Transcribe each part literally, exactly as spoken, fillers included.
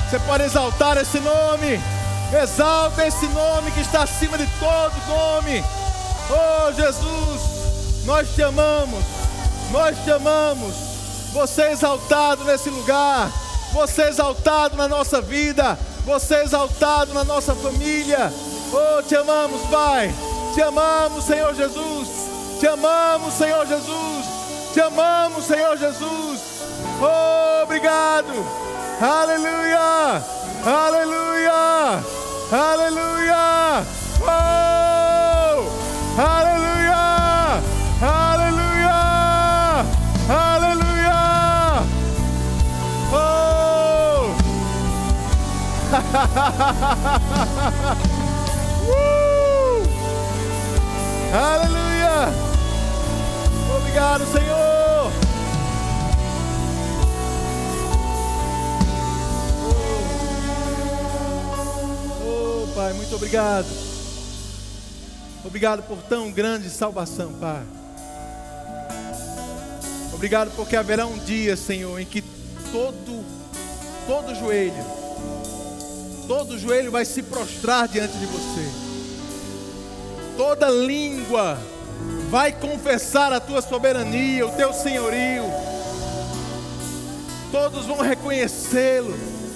Você pode exaltar esse nome. Exalta esse nome que está acima de todo nome. Oh Jesus, nós te amamos. Nós te amamos. Você é exaltado nesse lugar. Você é exaltado na nossa vida. Você é exaltado na nossa família. Oh, te amamos, Pai. Te amamos, Senhor Jesus. Te amamos, Senhor Jesus. Te amamos, Senhor Jesus. Oh, obrigado. Aleluia. Aleluia. Aleluia. Oh, aleluia. Aleluia. Aleluia. Oh. uh. Aleluia. Obrigado, Senhor. Oh, oh, Pai, muito obrigado. Obrigado por tão grande salvação, Pai. Obrigado porque haverá um dia, Senhor, em que todo, todo joelho, todo joelho vai se prostrar diante de você. Toda língua vai confessar a tua soberania, o teu senhorio. Todos vão reconhecê-lo.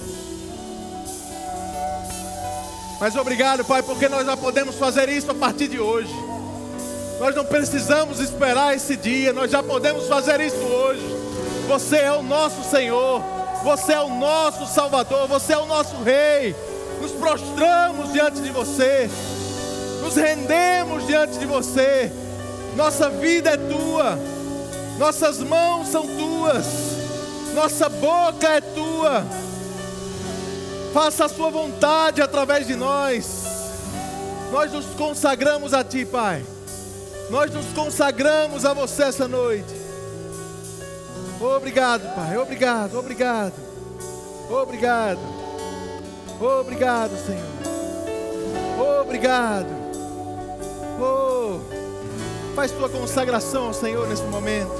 Mas obrigado, Pai, porque nós já podemos fazer isso a partir de hoje. Nós não precisamos esperar esse dia, nós já podemos fazer isso hoje. Você é o nosso Senhor, você é o nosso Salvador, você é o nosso Rei. Nos prostramos diante de você, nos rendemos diante de você. Nossa vida é tua, nossas mãos são tuas, nossa boca é tua. Faça a sua vontade através de nós. Nós nos consagramos a ti, Pai. Nós nos consagramos a você essa noite. Obrigado, Pai, obrigado, obrigado. Obrigado. Obrigado, Senhor. Obrigado. Oh, faz tua consagração ao Senhor nesse momento.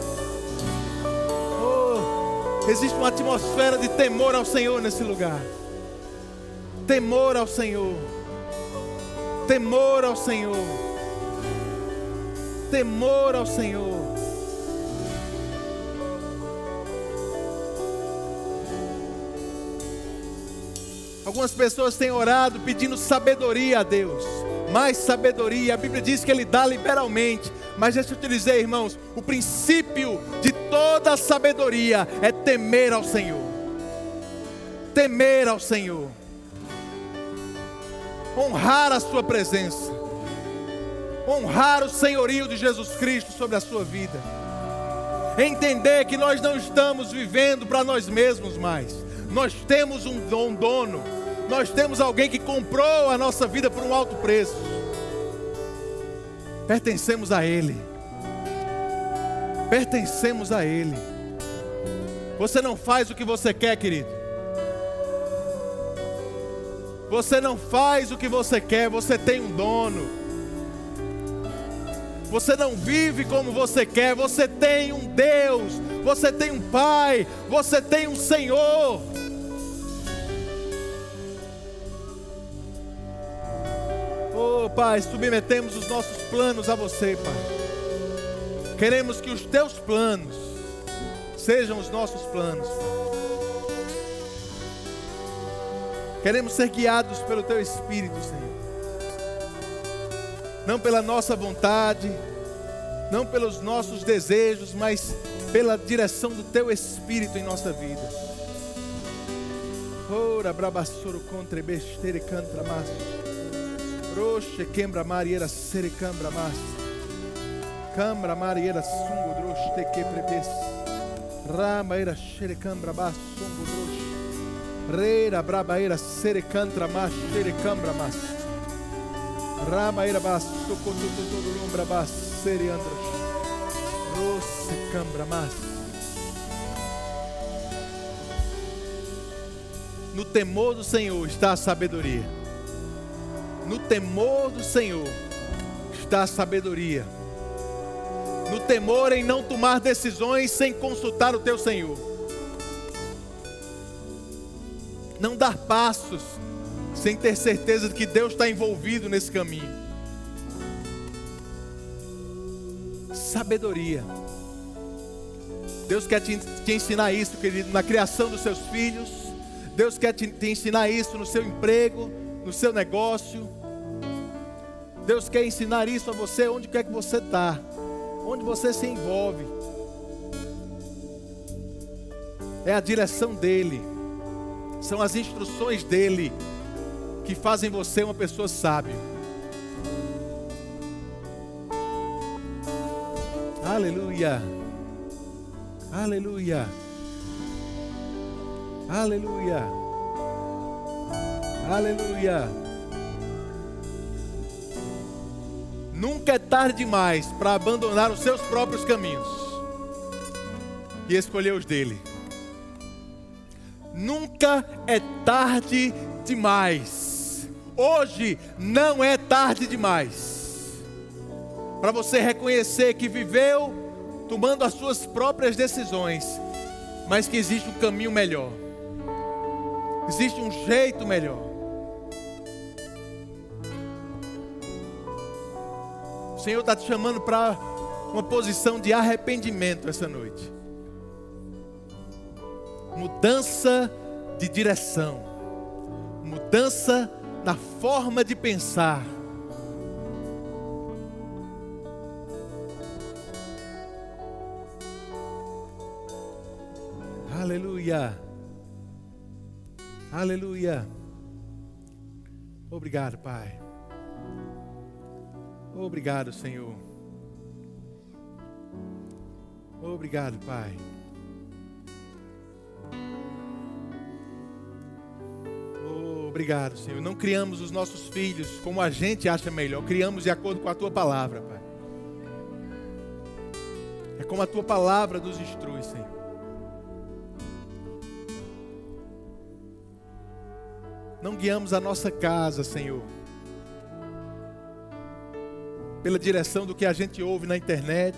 Oh, existe uma atmosfera de temor ao Senhor nesse lugar. Temor ao Senhor. Temor ao Senhor. Temor ao Senhor. Algumas pessoas têm orado pedindo sabedoria a Deus. Mais sabedoria. A Bíblia diz que Ele dá liberalmente. Mas deixa eu te dizer, irmãos, o princípio de toda a sabedoria é temer ao Senhor. Temer ao Senhor. Honrar a sua presença. Honrar o senhorio de Jesus Cristo sobre a sua vida. Entender que nós não estamos vivendo para nós mesmos mais. Nós temos um dono. Nós temos alguém que comprou a nossa vida por um alto preço. Pertencemos a Ele. Pertencemos a Ele. Você não faz o que você quer, querido. Você não faz o que você quer, você tem um dono. Você não vive como você quer, você tem um Deus, você tem um Pai, você tem um Senhor. Oh, Pai, submetemos os nossos planos a você, Pai. Queremos que os teus planos sejam os nossos planos. Queremos ser guiados pelo teu Espírito, Senhor. Não pela nossa vontade, não pelos nossos desejos, mas pela direção do teu Espírito em nossa vida. Ora brabassoro contra besteira cantra mas. Roche quembra mariera sere cambra mas. Cambra mariera sungo droche te que prepes. Rama era xere cambra bas sungo droche. Reira brabaeira sere cantra mas xere cambra mas. Rama era bas toco todo lombra bas sere andros. Rosse cambra mas. No temor do Senhor está a sabedoria. No temor do Senhor está a sabedoria. No temor em não tomar decisões sem consultar o teu Senhor. não dar passos sem ter certeza de que Deus está envolvido nesse caminho. Sabedoria. Deus quer te, te ensinar isso, querido, na criação dos seus filhos. Deus quer te, te ensinar isso no seu emprego, no seu negócio. Deus quer ensinar isso a você onde quer que você está, onde você se envolve. É a direção dEle, são as instruções dEle que fazem você uma pessoa sábia. Aleluia, aleluia, aleluia, aleluia. Nunca é tarde demais para abandonar os seus próprios caminhos e escolher os dele. Nunca é tarde demais. Hoje não é tarde demais para você reconhecer que viveu tomando as suas próprias decisões, mas que existe um caminho melhor, existe um jeito melhor. O Senhor está te chamando para uma posição de arrependimento essa noite. Mudança de direção, mudança na forma de pensar. Aleluia, aleluia. Obrigado, Pai. Obrigado, Senhor. Obrigado, Pai. Obrigado, Senhor. Não criamos os nossos filhos como a gente acha melhor. Criamos de acordo com a Tua palavra, Pai. É como a Tua palavra nos instrui, Senhor. Não guiamos a nossa casa, Senhor, pela direção do que a gente ouve na internet,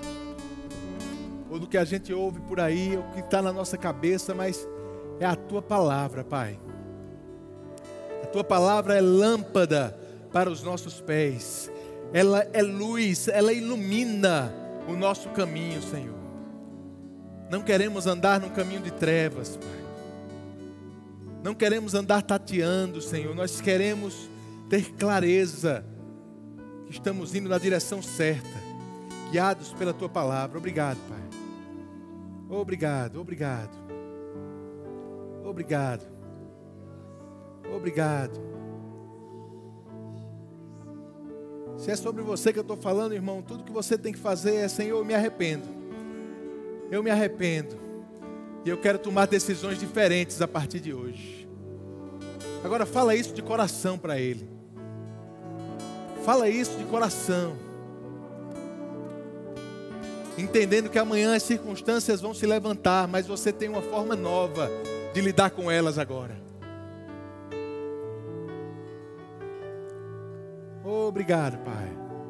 ou do que a gente ouve por aí, ou que está na nossa cabeça, mas é a Tua palavra, Pai. A Tua palavra é lâmpada para os nossos pés, ela é luz, ela ilumina o nosso caminho, Senhor. Não queremos andar num caminho de trevas, Pai. Não queremos andar tateando, Senhor. Nós queremos ter clareza que estamos indo na direção certa, guiados pela Tua palavra. Obrigado, Pai. Obrigado, obrigado. Obrigado. Obrigado. Se é sobre você que eu estou falando, irmão, tudo que você tem que fazer é: Senhor, eu me arrependo. Eu me arrependo. E eu quero tomar decisões diferentes a partir de hoje. Agora fala isso de coração para Ele. Fala isso de coração. Entendendo que amanhã as circunstâncias vão se levantar, mas você tem uma forma nova de lidar com elas agora. Obrigado, Pai.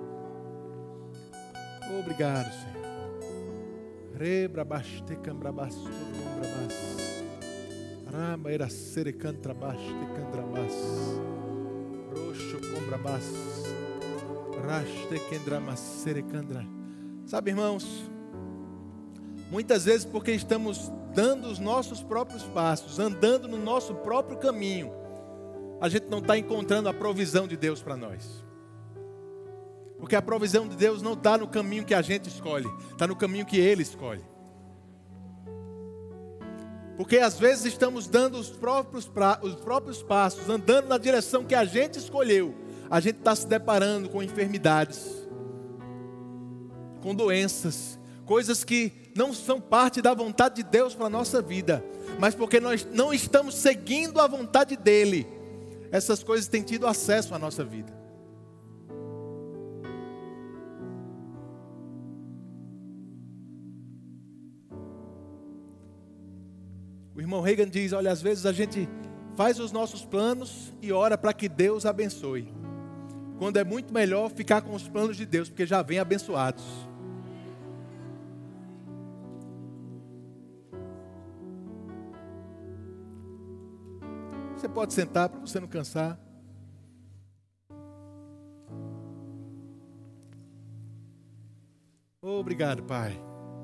Obrigado, Senhor. Rebrabaste cambrabas, cambrabas. Rama era serecantrabaste cambrabas. Roxo cambrabas. Raste cambramas serecandra. Sabe, irmãos, muitas vezes porque estamos dando os nossos próprios passos, andando no nosso próprio caminho, a gente não está encontrando a provisão de Deus para nós. Porque a provisão de Deus não está no caminho que a gente escolhe, está no caminho que Ele escolhe. Porque às vezes estamos dando os próprios, pra, os próprios passos, andando na direção que a gente escolheu. A gente está se deparando com enfermidades, com doenças, coisas que não são parte da vontade de Deus para a nossa vida. Mas porque nós não estamos seguindo a vontade dEle, essas coisas têm tido acesso à nossa vida. O irmão Reagan diz: olha, às vezes a gente faz os nossos planos e ora para que Deus abençoe, quando é muito melhor ficar com os planos de Deus, porque já vem abençoados. Você pode sentar para você não cansar. Obrigado, Pai.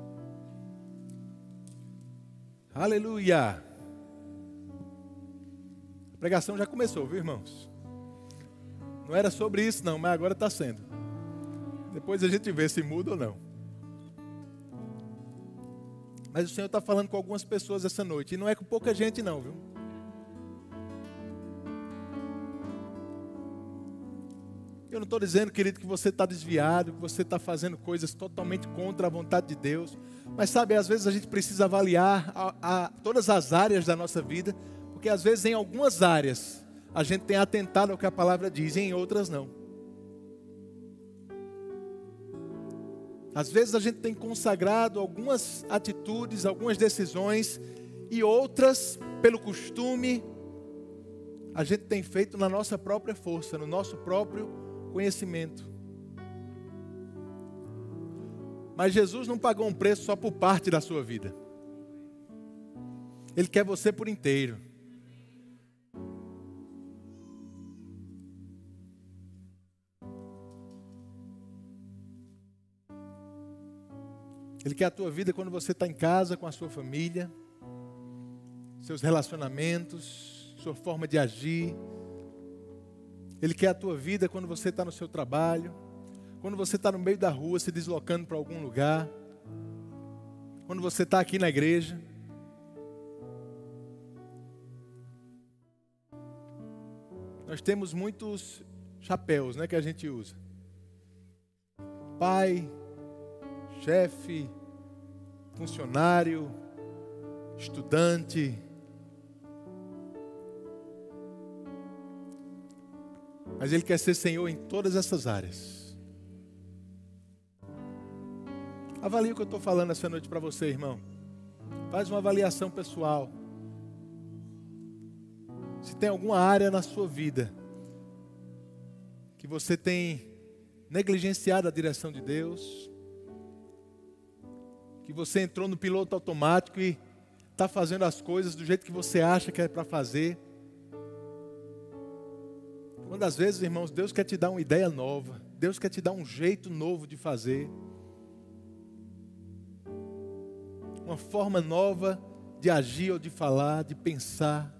Aleluia. A pregação já começou, viu, irmãos? Não era sobre isso não, mas agora está sendo. Depois a gente vê se muda ou não. Mas o Senhor está falando com algumas pessoas essa noite. E não é com pouca gente não, viu? Eu não estou dizendo, querido, que você está desviado, que você está fazendo coisas totalmente contra a vontade de Deus. Mas sabe, às vezes a gente precisa avaliar a, a, todas as áreas da nossa vida. Porque às vezes em algumas áreas a gente tem atentado ao que a palavra diz e em outras não. Às vezes a gente tem consagrado algumas atitudes, algumas decisões e outras, pelo costume, a gente tem feito na nossa própria força, no nosso próprio conhecimento. Mas Jesus não pagou um preço só por parte da sua vida. Ele quer você por inteiro. Ele quer a tua vida quando você está em casa com a sua família, seus relacionamentos, sua forma de agir. Ele quer a tua vida quando você está no seu trabalho, quando você está no meio da rua se deslocando para algum lugar, quando você está aqui na igreja. Nós temos muitos chapéus, né, que a gente usa. Pai, chefe, funcionário, estudante. Mas Ele quer ser Senhor em todas essas áreas. Avalie o que eu estou falando essa noite para você, irmão. Faz uma avaliação pessoal. Se tem alguma área na sua vida que você tem negligenciado a direção de Deus, que você entrou no piloto automático e está fazendo as coisas do jeito que você acha que é para fazer. Quando às vezes, irmãos, Deus quer te dar uma ideia nova. Deus quer te dar um jeito novo de fazer. Uma forma nova de agir ou de falar, de pensar.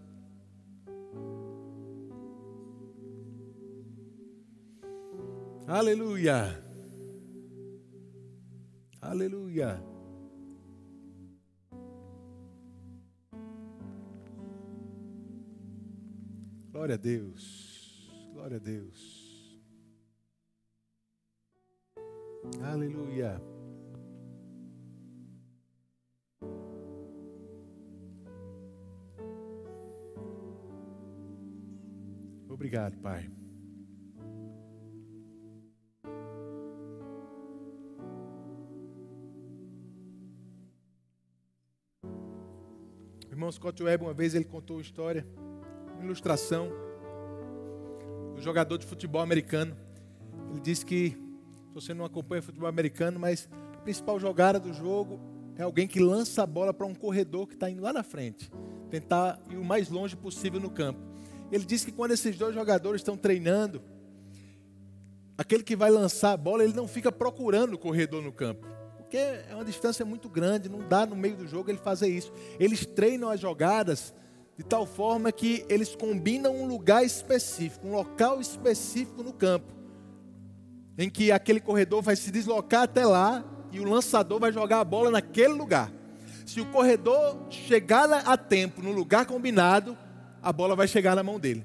Aleluia. Aleluia. Glória a Deus. Glória a Deus. Aleluia. Obrigado, Pai. O irmão Scott Webb, uma vez ele contou uma história, uma ilustração do jogador de futebol americano. Ele disse que, se você não acompanha futebol americano, mas a principal jogada do jogo é alguém que lança a bola para um corredor que está indo lá na frente, tentar ir o mais longe possível no campo. Ele disse que quando esses dois jogadores estão treinando, aquele que vai lançar a bola, ele não fica procurando o corredor no campo, porque é uma distância muito grande, não dá no meio do jogo ele fazer isso. Eles treinam as jogadas de tal forma que eles combinam um lugar específico, um local específico no campo, em que aquele corredor vai se deslocar até lá e o lançador vai jogar a bola naquele lugar. Se o corredor chegar a tempo no lugar combinado, a bola vai chegar na mão dele.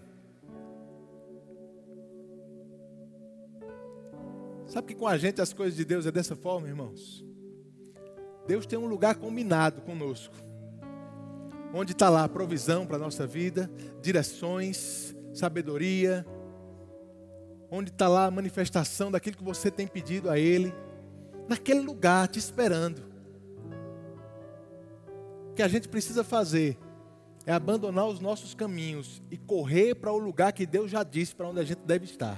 Sabe que com a gente as coisas de Deus é dessa forma, irmãos? Deus tem um lugar combinado conosco, onde está lá a provisão para a nossa vida, direções, sabedoria, onde está lá a manifestação daquilo que você tem pedido a Ele, naquele lugar te esperando. O que a gente precisa fazer é abandonar os nossos caminhos e correr para o lugar que Deus já disse para onde a gente deve estar.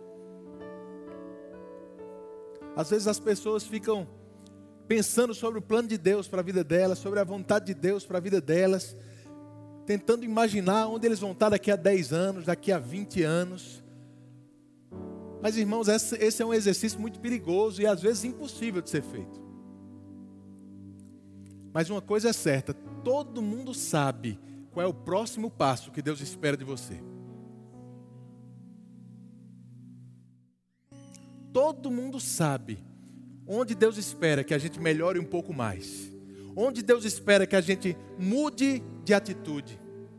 Às vezes as pessoas ficam pensando sobre o plano de Deus para a vida delas, sobre a vontade de Deus para a vida delas, tentando imaginar onde eles vão estar daqui a dez anos, daqui a vinte anos. Mas, irmãos, esse é um exercício muito perigoso e às vezes impossível de ser feito. Mas uma coisa é certa, todo mundo sabe qual é o próximo passo que Deus espera de você. Todo mundo sabe onde Deus espera que a gente melhore um pouco mais. Onde Deus espera que a gente mude de atitude.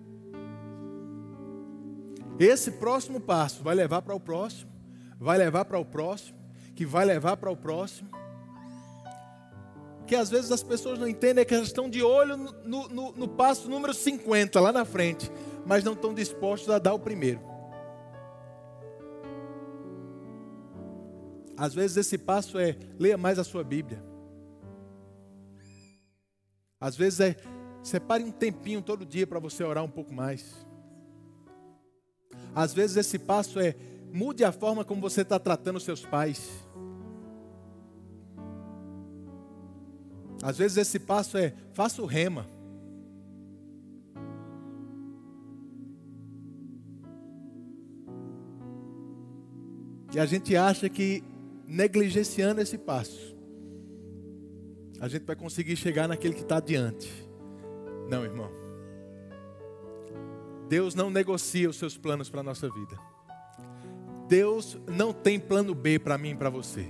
Esse próximo passo vai levar para o próximo, vai levar para o próximo, que vai levar para o próximo. Que às vezes as pessoas não entendem é que elas estão de olho no, no, no passo número cinquenta, lá na frente, mas não estão dispostos a dar o primeiro. Às vezes esse passo é, leia mais a sua Bíblia. Às vezes é, separe um tempinho todo dia para você orar um pouco mais. Às vezes esse passo é, mude a forma como você está tratando os seus pais. Às vezes esse passo é, faça o rema. E a gente acha que negligenciando esse passo, a gente vai conseguir chegar naquele que está adiante. Não, irmão. Deus não negocia os seus planos para a nossa vida. Deus não tem plano B para mim e para você.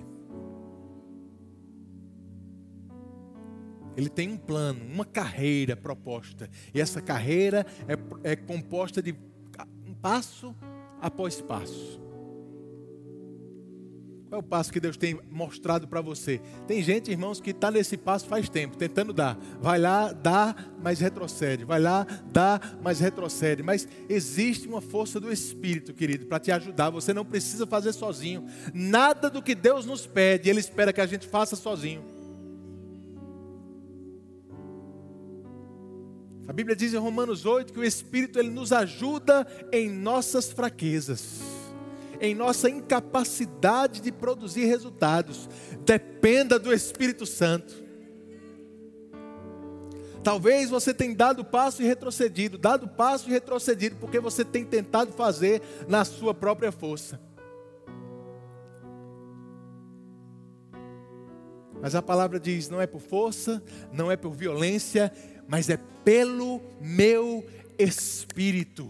Ele tem um plano, uma carreira proposta. E essa carreira é, é composta de um passo após passo. Qual é o passo que Deus tem mostrado para você? Tem gente, irmãos, que está nesse passo faz tempo, tentando dar. Vai lá, dá, mas retrocede. Vai lá, dá, mas retrocede. Mas existe uma força do Espírito, querido, para te ajudar. Você não precisa fazer sozinho. Nada do que Deus nos pede, Ele espera que a gente faça sozinho. A Bíblia diz em Romanos oito que o Espírito ele nos ajuda em nossas fraquezas, em nossa incapacidade de produzir resultados. Dependa do Espírito Santo. Talvez você tenha dado passo e retrocedido, dado passo e retrocedido, porque você tem tentado fazer na sua própria força. Mas a palavra diz, não é por força, não é por violência, mas é pelo meu Espírito.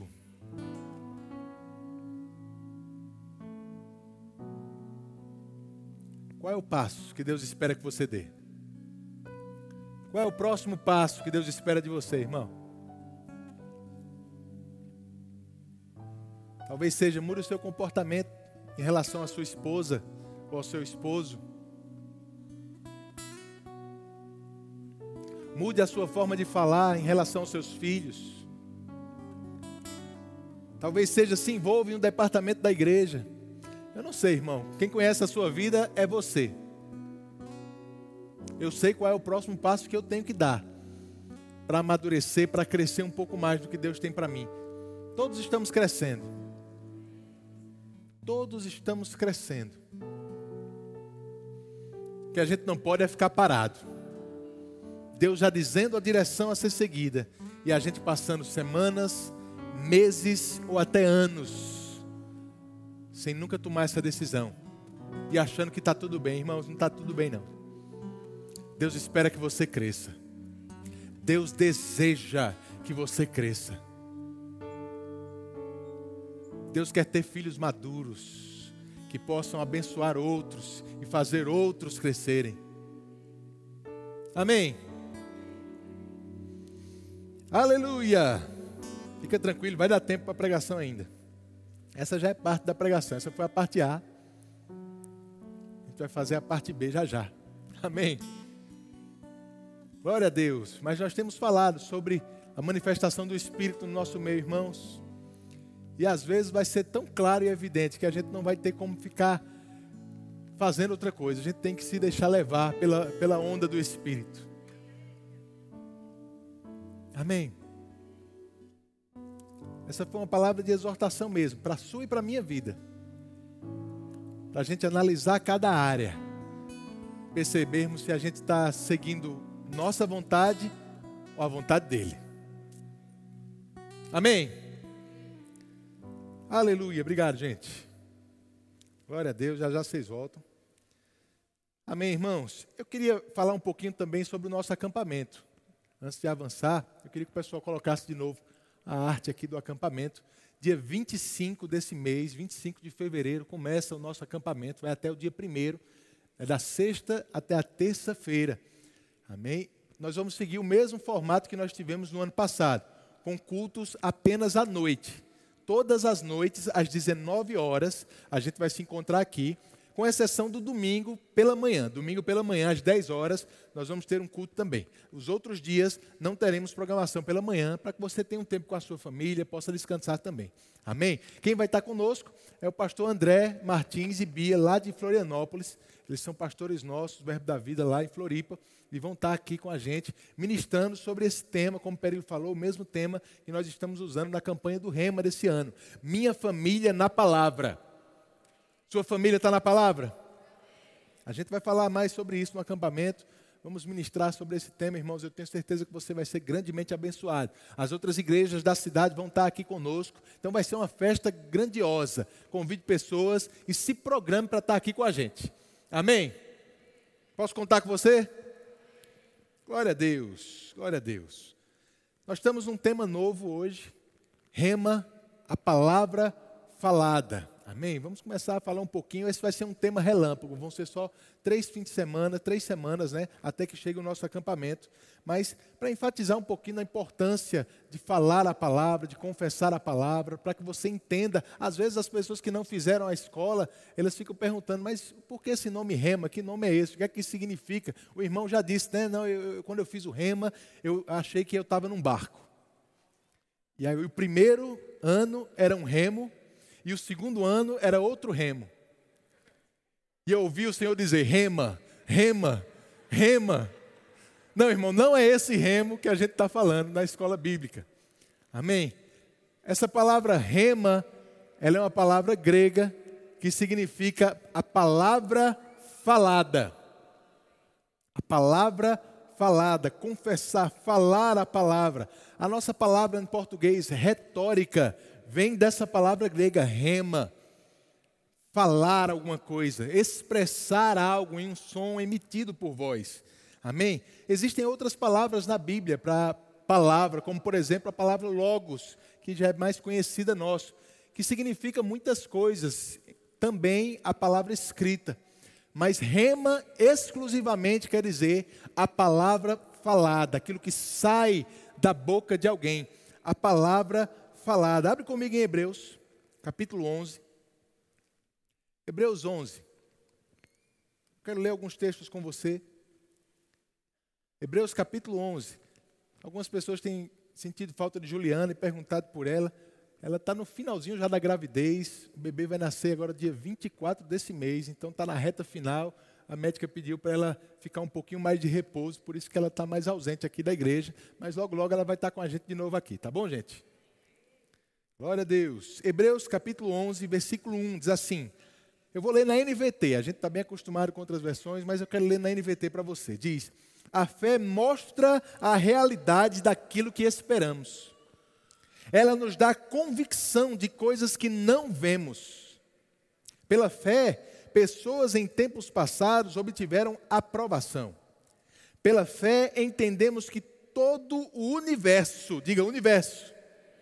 Qual é o passo que Deus espera que você dê? Qual é o próximo passo que Deus espera de você, irmão? Talvez seja, mude o seu comportamento em relação à sua esposa ou ao seu esposo. Mude a sua forma de falar em relação aos seus filhos. Talvez seja, se envolva em um departamento da igreja. Eu não sei, irmão. Quem conhece a sua vida é você. Eu sei qual é o próximo passo que eu tenho que dar para amadurecer, para crescer um pouco mais do que Deus tem para mim. Todos estamos crescendo. Todos estamos crescendo. O que a gente não pode é ficar parado. Deus já dizendo a direção a ser seguida. E a gente passando semanas, meses ou até anos sem nunca tomar essa decisão. E achando que está tudo bem. Irmãos, não está tudo bem não. Deus espera que você cresça. Deus deseja que você cresça. Deus quer ter filhos maduros, que possam abençoar outros e fazer outros crescerem. Amém? Aleluia! Fica tranquilo, vai dar tempo para a pregação ainda. Essa já é parte da pregação, essa foi a parte A. A gente vai fazer a parte B já já. Amém? Glória a Deus. Mas nós temos falado sobre a manifestação do Espírito no nosso meio, irmãos. E às vezes vai ser tão claro e evidente que a gente não vai ter como ficar fazendo outra coisa. A gente tem que se deixar levar pela, pela onda do Espírito. Amém? Essa foi uma palavra de exortação mesmo, para a sua e para a minha vida. Para a gente analisar cada área. Percebermos se a gente está seguindo nossa vontade ou a vontade dEle. Amém? Aleluia, obrigado, gente. Glória a Deus, já já vocês voltam. Amém, irmãos? Eu queria falar um pouquinho também sobre o nosso acampamento. Antes de avançar, eu queria que o pessoal colocasse de novo a arte aqui do acampamento. Dia vinte e cinco desse mês, vinte e cinco de fevereiro, começa o nosso acampamento, vai até o dia primeiro, é da sexta até a terça-feira. Amém? Nós vamos seguir o mesmo formato que nós tivemos no ano passado, com cultos apenas à noite. Todas as noites, às dezenove horas, a gente vai se encontrar aqui, com exceção do domingo pela manhã. Domingo pela manhã, às dez horas, nós vamos ter um culto também. Os outros dias, não teremos programação pela manhã, para que você tenha um tempo com a sua família, possa descansar também. Amém? Quem vai estar conosco é o pastor André Martins e Bia, lá de Florianópolis. Eles são pastores nossos, Verbo da Vida, lá em Floripa, e vão estar aqui com a gente, ministrando sobre esse tema, como o Perillo falou, o mesmo tema que nós estamos usando na campanha do Rema desse ano. Minha família na palavra. Sua família está na palavra? A gente vai falar mais sobre isso no acampamento. Vamos ministrar sobre esse tema, irmãos. Eu tenho certeza que você vai ser grandemente abençoado. As outras igrejas da cidade vão estar aqui conosco. Então vai ser uma festa grandiosa. Convide pessoas e se programe para estar aqui com a gente. Amém? Posso contar com você? Glória a Deus, glória a Deus. Nós estamos num tema novo hoje. Rema, a palavra falada. Amém? Vamos começar a falar um pouquinho. Esse vai ser um tema relâmpago. Vão ser só três fins de semana, três semanas, né? Até que chegue o nosso acampamento. Mas para enfatizar um pouquinho a importância de falar a palavra, de confessar a palavra, para que você entenda. Às vezes as pessoas que não fizeram a escola, elas ficam perguntando, mas por que esse nome Rema? Que nome é esse? O que é que isso significa? O irmão já disse, né? Não, eu, eu, quando eu fiz o Rema, eu achei que eu estava num barco. E aí o primeiro ano era um remo, e o segundo ano era outro remo. E eu ouvi o Senhor dizer, rema, rema, rema. Não, irmão, não é esse remo que a gente está falando na escola bíblica. Amém? Essa palavra rema, ela é uma palavra grega que significa a palavra falada. A palavra falada, confessar, falar a palavra. A nossa palavra em português, retórica, vem dessa palavra grega, rema, falar alguma coisa, expressar algo em um som emitido por voz. Amém? Existem outras palavras na Bíblia para palavra, como por exemplo a palavra logos, que já é mais conhecida nossa, que significa muitas coisas, também a palavra escrita. Mas rema exclusivamente quer dizer a palavra falada, aquilo que sai da boca de alguém, a palavra falada. Abre comigo em Hebreus, capítulo onze. Hebreus onze. Quero ler alguns textos com você. Hebreus capítulo onze. Algumas pessoas têm sentido falta de Juliana e perguntado por ela. Ela está no finalzinho já da gravidez. O bebê vai nascer agora dia vinte e quatro desse mês. Então está na reta final. A médica pediu para ela ficar um pouquinho mais de repouso. Por isso que ela está mais ausente aqui da igreja. Mas logo, logo ela vai estar com a gente de novo aqui. Tá bom, gente? Glória a Deus. Hebreus capítulo onze, versículo um, diz assim. Eu vou ler na N V T. A gente está bem acostumado com outras versões, mas eu quero ler na N V T para você. Diz, a fé mostra a realidade daquilo que esperamos. Ela nos dá convicção de coisas que não vemos. Pela fé, pessoas em tempos passados obtiveram aprovação. Pela fé, entendemos que todo o universo, diga universo,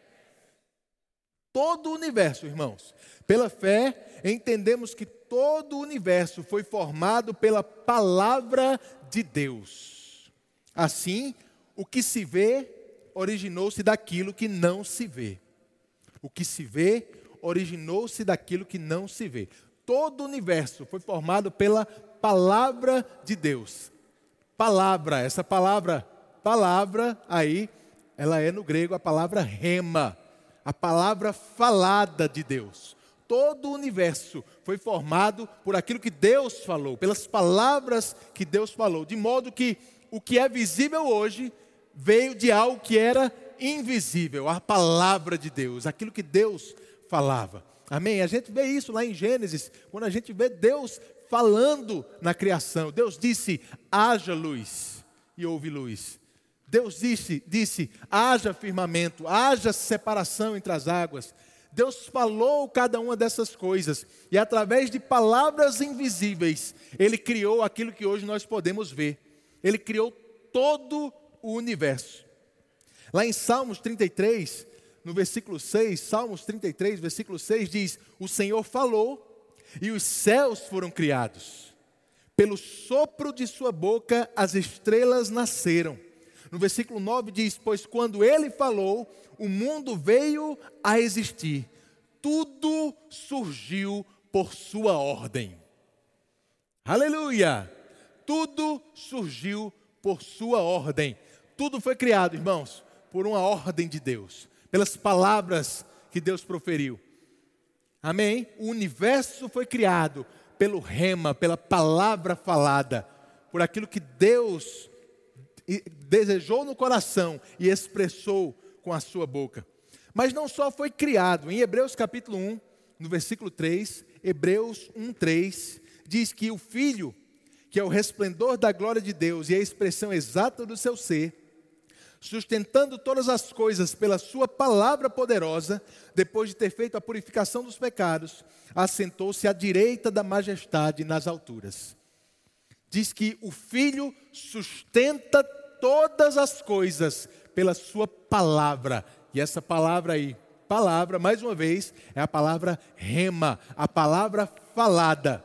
todo o universo, irmãos. Pela fé, entendemos que todo o universo foi formado pela palavra de Deus. Assim, o que se vê originou-se daquilo que não se vê. O que se vê originou-se daquilo que não se vê. Todo o universo foi formado pela palavra de Deus. Palavra, essa palavra, palavra aí, ela é no grego a palavra rema. A palavra falada de Deus. Todo o universo foi formado por aquilo que Deus falou, pelas palavras que Deus falou. De modo que o que é visível hoje veio de algo que era invisível. A palavra de Deus, aquilo que Deus falava. Amém? A gente vê isso lá em Gênesis, quando a gente vê Deus falando na criação. Deus disse, haja luz, e houve luz. Deus disse, disse, haja firmamento, haja separação entre as águas. Deus falou cada uma dessas coisas, e através de palavras invisíveis, Ele criou aquilo que hoje nós podemos ver. Ele criou todo o universo. Lá em Salmos trinta e três, no versículo seis, Salmos trinta e três, versículo seis diz: o Senhor falou e os céus foram criados. Pelo sopro de sua boca as estrelas nasceram. No versículo nove diz: pois quando Ele falou, o mundo veio a existir. Tudo surgiu por sua ordem. Aleluia! Tudo surgiu por sua ordem. Tudo foi criado, irmãos, por uma ordem de Deus, pelas palavras que Deus proferiu. Amém? O universo foi criado pelo rema, pela palavra falada, por aquilo que Deus desejou no coração e expressou com a sua boca. Mas não só foi criado, em Hebreus capítulo um, no versículo três, Hebreus um, três, diz que o Filho, que é o resplendor da glória de Deus e a expressão exata do seu ser, sustentando todas as coisas pela sua palavra poderosa, depois de ter feito a purificação dos pecados, assentou-se à direita da majestade nas alturas. Diz que o Filho sustenta todas as coisas pela sua palavra. E essa palavra aí, palavra, mais uma vez, é a palavra rema, a palavra falada.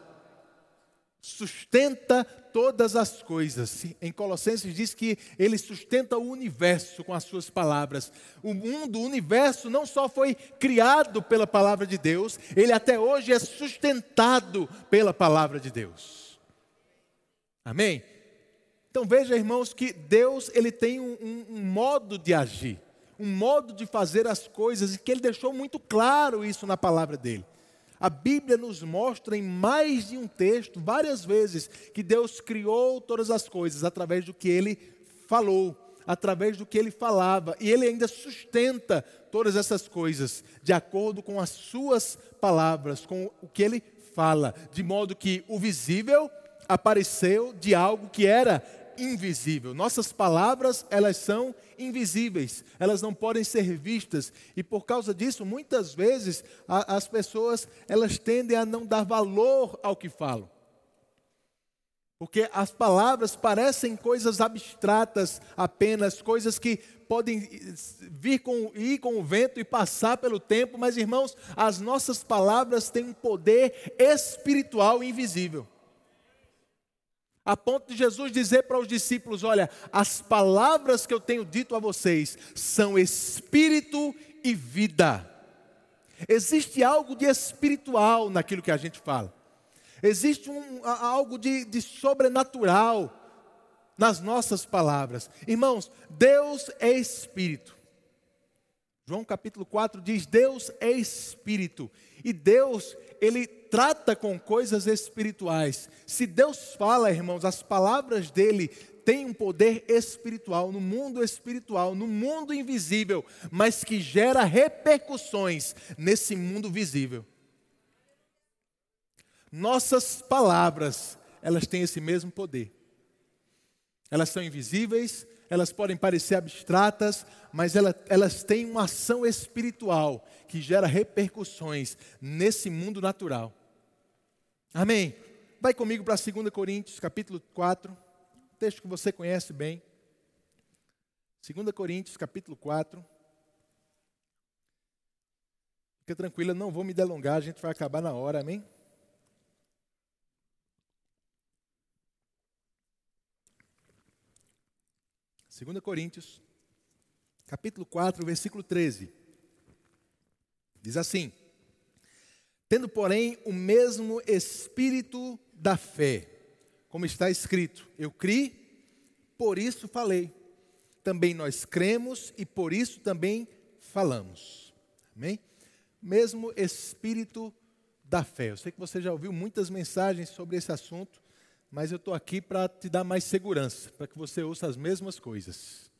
Sustenta todas as coisas. Em Colossenses diz que Ele sustenta o universo com as suas palavras. O mundo, o universo não só foi criado pela palavra de Deus, ele até hoje é sustentado pela palavra de Deus. Amém? Então veja, irmãos, que Deus ele tem um, um, um modo de agir, um modo de fazer as coisas, e que Ele deixou muito claro isso na palavra dEle. A Bíblia nos mostra em mais de um texto, várias vezes, que Deus criou todas as coisas através do que Ele falou, através do que Ele falava. E Ele ainda sustenta todas essas coisas, de acordo com as suas palavras, com o que Ele fala. De modo que o visível apareceu de algo que era invisível. Nossas palavras, elas são invisíveis, elas não podem ser vistas, e por causa disso, muitas vezes, a, as pessoas, elas tendem a não dar valor ao que falam, porque as palavras parecem coisas abstratas apenas, coisas que podem vir com, ir com o vento e passar pelo tempo, mas irmãos, as nossas palavras têm um poder espiritual invisível. A ponto de Jesus dizer para os discípulos: olha, as palavras que eu tenho dito a vocês são espírito e vida. Existe algo de espiritual naquilo que a gente fala. Existe um, algo de, de sobrenatural nas nossas palavras. Irmãos, Deus é espírito. João capítulo quatro diz: Deus é espírito. E Deus, Ele trata com coisas espirituais. Se Deus fala, irmãos, as palavras dEle têm um poder espiritual, no mundo espiritual, no mundo invisível, mas que gera repercussões nesse mundo visível. Nossas palavras, elas têm esse mesmo poder. Elas são invisíveis, elas podem parecer abstratas, mas elas, elas têm uma ação espiritual que gera repercussões nesse mundo natural. Amém? Vai comigo para dois Coríntios, capítulo quatro, texto que você conhece bem. dois Coríntios, capítulo quatro. Fica tranquila, não vou me delongar, a gente vai acabar na hora, amém? dois Coríntios, capítulo quatro, versículo treze. Diz assim: tendo, porém, o mesmo espírito da fé, como está escrito, eu criei, por isso falei. Também nós cremos e por isso também falamos. Amém? Mesmo espírito da fé. Eu sei que você já ouviu muitas mensagens sobre esse assunto, mas eu estou aqui para te dar mais segurança, para que você ouça as mesmas coisas.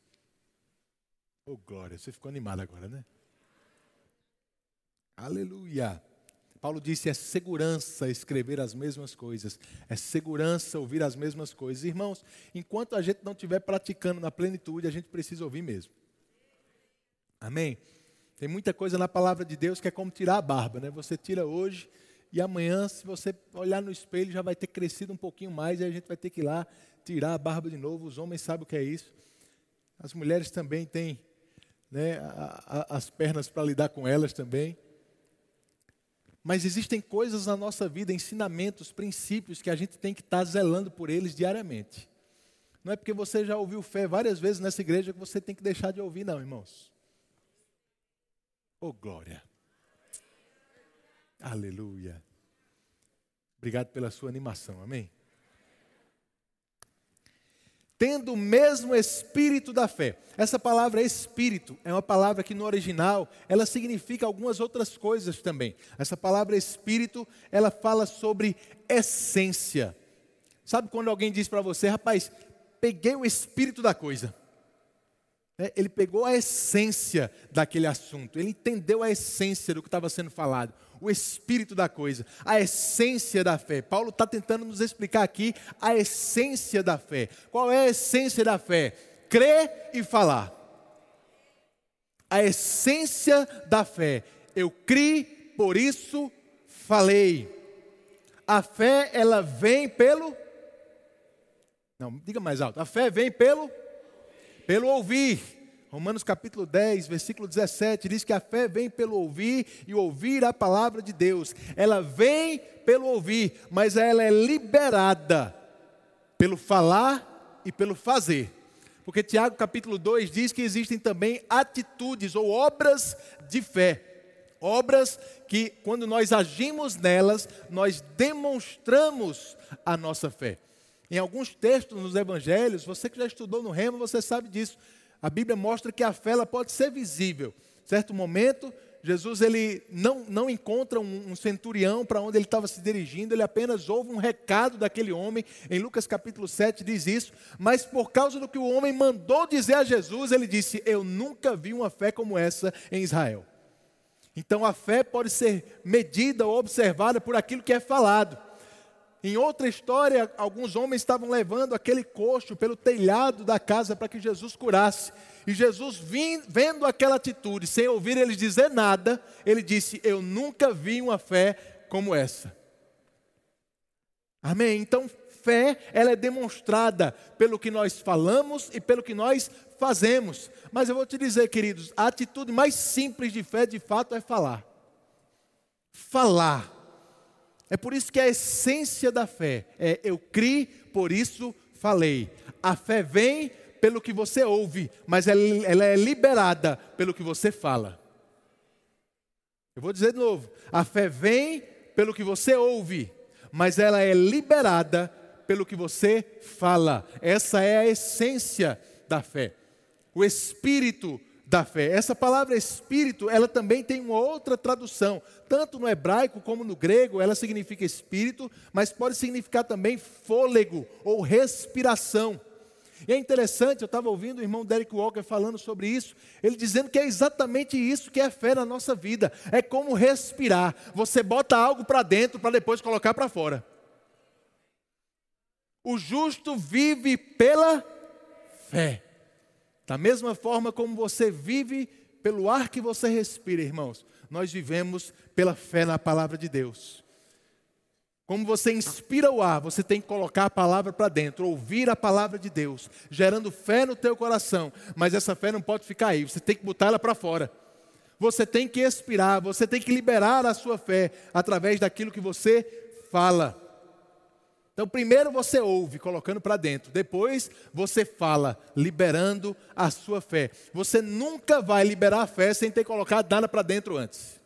Oh, glória, você ficou animado agora, né? Aleluia. Paulo disse, é segurança escrever as mesmas coisas, é segurança ouvir as mesmas coisas. Irmãos, enquanto a gente não estiver praticando na plenitude, a gente precisa ouvir mesmo. Amém? Tem muita coisa na palavra de Deus que é como tirar a barba, né? Você tira hoje e amanhã, se você olhar no espelho, já vai ter crescido um pouquinho mais e a gente vai ter que ir lá tirar a barba de novo. Os homens sabem o que é isso. As mulheres também têm, né, a, a, as pernas para lidar com elas também. Mas existem coisas na nossa vida, ensinamentos, princípios, que a gente tem que estar zelando por eles diariamente. Não é porque você já ouviu fé várias vezes nessa igreja que você tem que deixar de ouvir, não, irmãos. Oh, glória. Aleluia. Obrigado pela sua animação, amém? Tendo o mesmo espírito da fé. Essa palavra espírito é uma palavra que no original, ela significa algumas outras coisas também. Essa palavra espírito, ela fala sobre essência. Sabe quando alguém diz para você, rapaz, peguei o espírito da coisa. Ele pegou a essência daquele assunto, ele entendeu a essência do que estava sendo falado, o espírito da coisa, a essência da fé. Paulo está tentando nos explicar aqui a essência da fé. Qual é a essência da fé? Crer e falar. A essência da fé. Eu criei, por isso falei. A fé, ela vem pelo... Não, diga mais alto. A fé vem pelo... Pelo ouvir. Romanos capítulo dez, versículo dezessete, diz que a fé vem pelo ouvir e ouvir a palavra de Deus. Ela vem pelo ouvir, mas ela é liberada pelo falar e pelo fazer. Porque Tiago capítulo dois diz que existem também atitudes ou obras de fé. Obras que, quando nós agimos nelas, nós demonstramos a nossa fé. Em alguns textos nos evangelhos, você que já estudou no Rema, você sabe disso. A Bíblia mostra que a fé ela pode ser visível. Certo momento, Jesus ele não, não encontra um, um centurião para onde ele estava se dirigindo, ele apenas ouve um recado daquele homem. Em Lucas capítulo sete diz isso, mas por causa do que o homem mandou dizer a Jesus, ele disse, eu nunca vi uma fé como essa em Israel. Então a fé pode ser medida ou observada por aquilo que é falado. Em outra história, alguns homens estavam levando aquele coxo pelo telhado da casa para que Jesus curasse. E Jesus, vendo aquela atitude, sem ouvir eles dizer nada, ele disse, eu nunca vi uma fé como essa. Amém? Então, fé, ela é demonstrada pelo que nós falamos e pelo que nós fazemos. Mas eu vou te dizer, queridos, a atitude mais simples de fé, de fato, é falar. Falar. É por isso que a essência da fé é eu criei, por isso falei. A fé vem pelo que você ouve, mas ela, ela é liberada pelo que você fala. Eu vou dizer de novo. A fé vem pelo que você ouve, mas ela é liberada pelo que você fala. Essa é a essência da fé. O espírito da fé. Essa palavra espírito, ela também tem uma outra tradução. Tanto no hebraico como no grego, ela significa espírito, mas pode significar também fôlego ou respiração. E é interessante, eu estava ouvindo o irmão Derek Walker falando sobre isso, ele dizendo que é exatamente isso que é fé na nossa vida. É como respirar. Você bota algo para dentro para depois colocar para fora. O justo vive pela fé. Da mesma forma como você vive pelo ar que você respira, irmãos, nós vivemos pela fé na palavra de Deus. Como você inspira o ar, você tem que colocar a palavra para dentro, ouvir a palavra de Deus, gerando fé no teu coração. Mas essa fé não pode ficar aí, você tem que botar ela para fora. Você tem que expirar, você tem que liberar a sua fé através daquilo que você fala. Então, primeiro você ouve, colocando para dentro. Depois, você fala, liberando a sua fé. Você nunca vai liberar a fé sem ter colocado nada para dentro antes.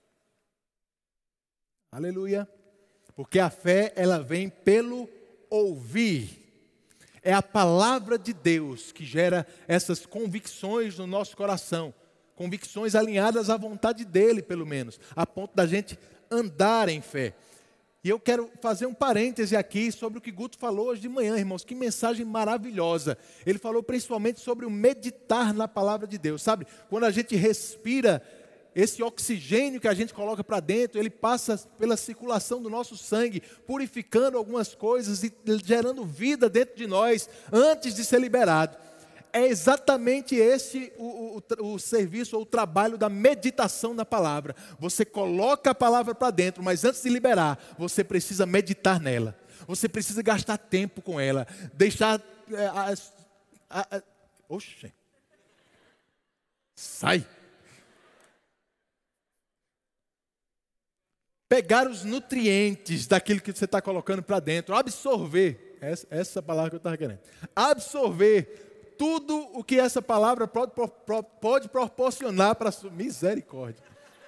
Aleluia. Porque a fé, ela vem pelo ouvir. É a palavra de Deus que gera essas convicções no nosso coração. Convicções alinhadas à vontade dEle, pelo menos. A ponto da gente andar em fé. E eu quero fazer um parêntese aqui sobre o que Guto falou hoje de manhã, irmãos. Que mensagem maravilhosa. Ele falou principalmente sobre o meditar na palavra de Deus. Sabe, quando a gente respira esse oxigênio que a gente coloca para dentro, ele passa pela circulação do nosso sangue, purificando algumas coisas e gerando vida dentro de nós, antes de ser liberado. É exatamente esse o, o, o serviço ou o trabalho da meditação na palavra. Você coloca a palavra para dentro, mas antes de liberar, você precisa meditar nela. Você precisa gastar tempo com ela, deixar... É, a, a, a, oxe, sai! Pegar os nutrientes daquilo que você está colocando para dentro, absorver, essa, essa palavra que eu estava querendo, absorver tudo o que essa palavra pode, pode proporcionar para a sua misericórdia.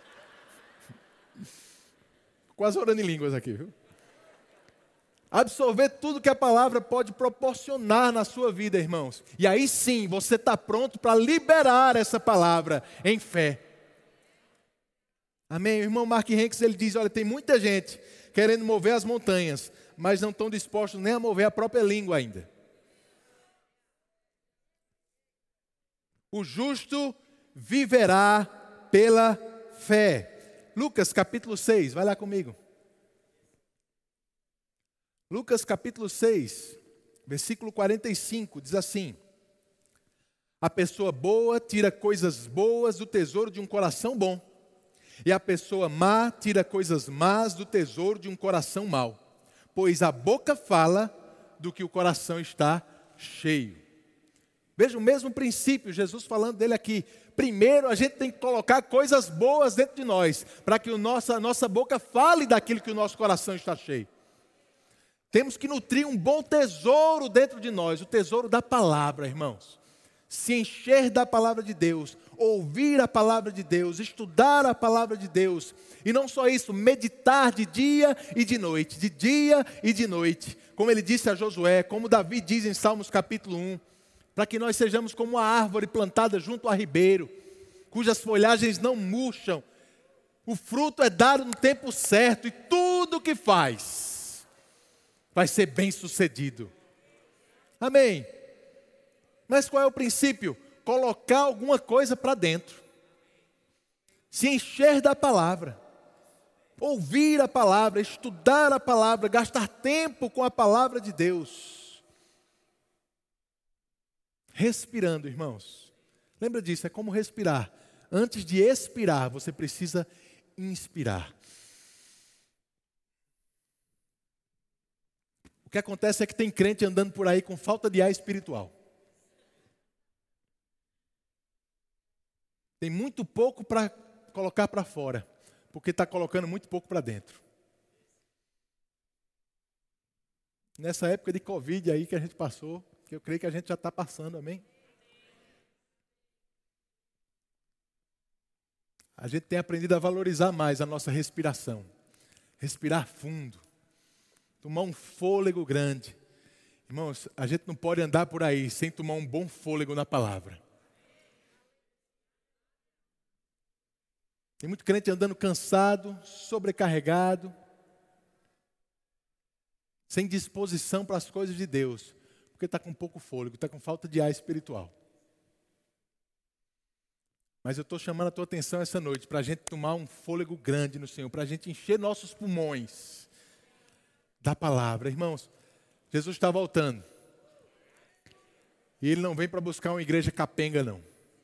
Quase orando em línguas aqui, viu? Absorver tudo que a palavra pode proporcionar na sua vida, irmãos. E aí sim, você está pronto para liberar essa palavra em fé. Amém? O irmão Mark Hanks, ele diz, olha, tem muita gente querendo mover as montanhas, mas não estão dispostos nem a mover a própria língua ainda. O justo viverá pela fé. Lucas capítulo seis, vai lá comigo. Lucas capítulo seis, versículo quarenta e cinco, diz assim: a pessoa boa tira coisas boas do tesouro de um coração bom, e a pessoa má tira coisas más do tesouro de um coração mau, pois a boca fala do que o coração está cheio. Veja o mesmo princípio, Jesus falando dele aqui. Primeiro a gente tem que colocar coisas boas dentro de nós, para que o nossa, a nossa boca fale daquilo que o nosso coração está cheio. Temos que nutrir um bom tesouro dentro de nós, o tesouro da palavra, irmãos. Se encher da palavra de Deus, ouvir a palavra de Deus, estudar a palavra de Deus. E não só isso, meditar de dia e de noite, de dia e de noite. Como ele disse a Josué, como Davi diz em Salmos capítulo um. Para que nós sejamos como uma árvore plantada junto a ribeiro, cujas folhagens não murcham. O fruto é dado no tempo certo e tudo o que faz vai ser bem sucedido. Amém. Mas qual é o princípio? Colocar alguma coisa para dentro. Se encher da palavra. Ouvir a palavra, estudar a palavra, gastar tempo com a palavra de Deus. Respirando, irmãos. Lembra disso, é como respirar. Antes de expirar, você precisa inspirar. O que acontece é que tem crente andando por aí com falta de ar espiritual. Tem muito pouco para colocar para fora, porque está colocando muito pouco para dentro. Nessa época de Covid aí que a gente passou, que eu creio que a gente já está passando, amém? A gente tem aprendido a valorizar mais a nossa respiração. Respirar fundo. Tomar um fôlego grande. Irmãos, a gente não pode andar por aí sem tomar um bom fôlego na palavra. Tem muito crente andando cansado, sobrecarregado, sem disposição para as coisas de Deus, porque está com pouco fôlego, está com falta de ar espiritual. Mas eu estou chamando a tua atenção essa noite para a gente tomar um fôlego grande no Senhor, para a gente encher nossos pulmões da palavra. Irmãos, Jesus está voltando. E Ele não vem para buscar uma igreja capenga, não.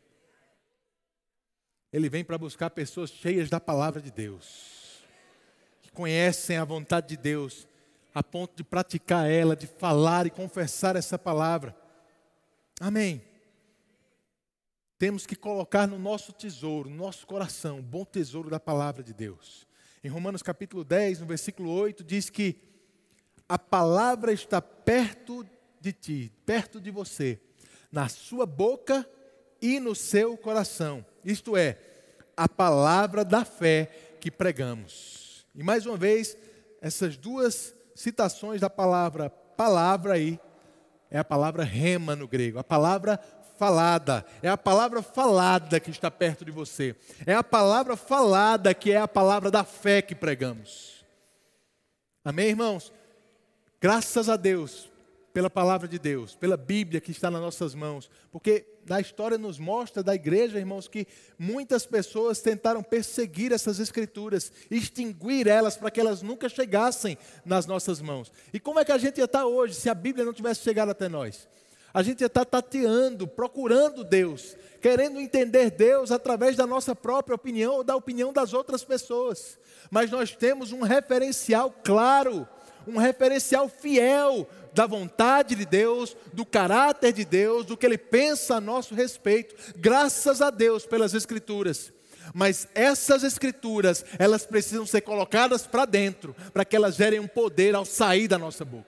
Ele vem para buscar pessoas cheias da palavra de Deus, que conhecem a vontade de Deus, a ponto de praticar ela, de falar e confessar essa palavra. Amém. Temos que colocar no nosso tesouro, no nosso coração, o bom tesouro da palavra de Deus. Em Romanos capítulo dez, no versículo oito, diz que a palavra está perto de ti, perto de você, na sua boca e no seu coração. Isto é, a palavra da fé que pregamos. E mais uma vez, essas duas citações da palavra palavra aí, é a palavra rema no grego, a palavra falada, é a palavra falada que está perto de você, é a palavra falada que é a palavra da fé que pregamos. Amém, irmãos? Graças a Deus, pela palavra de Deus, pela Bíblia que está nas nossas mãos. Porque a história nos mostra da igreja, irmãos, que muitas pessoas tentaram perseguir essas escrituras, extinguir elas para que elas nunca chegassem nas nossas mãos. E como é que a gente ia estar hoje se a Bíblia não tivesse chegado até nós? A gente ia estar tateando, procurando Deus, querendo entender Deus através da nossa própria opinião ou da opinião das outras pessoas. Mas nós temos um referencial claro, um referencial fiel da vontade de Deus, do caráter de Deus, do que Ele pensa a nosso respeito, graças a Deus pelas Escrituras. Mas essas Escrituras, elas precisam ser colocadas para dentro, para que elas gerem um poder ao sair da nossa boca.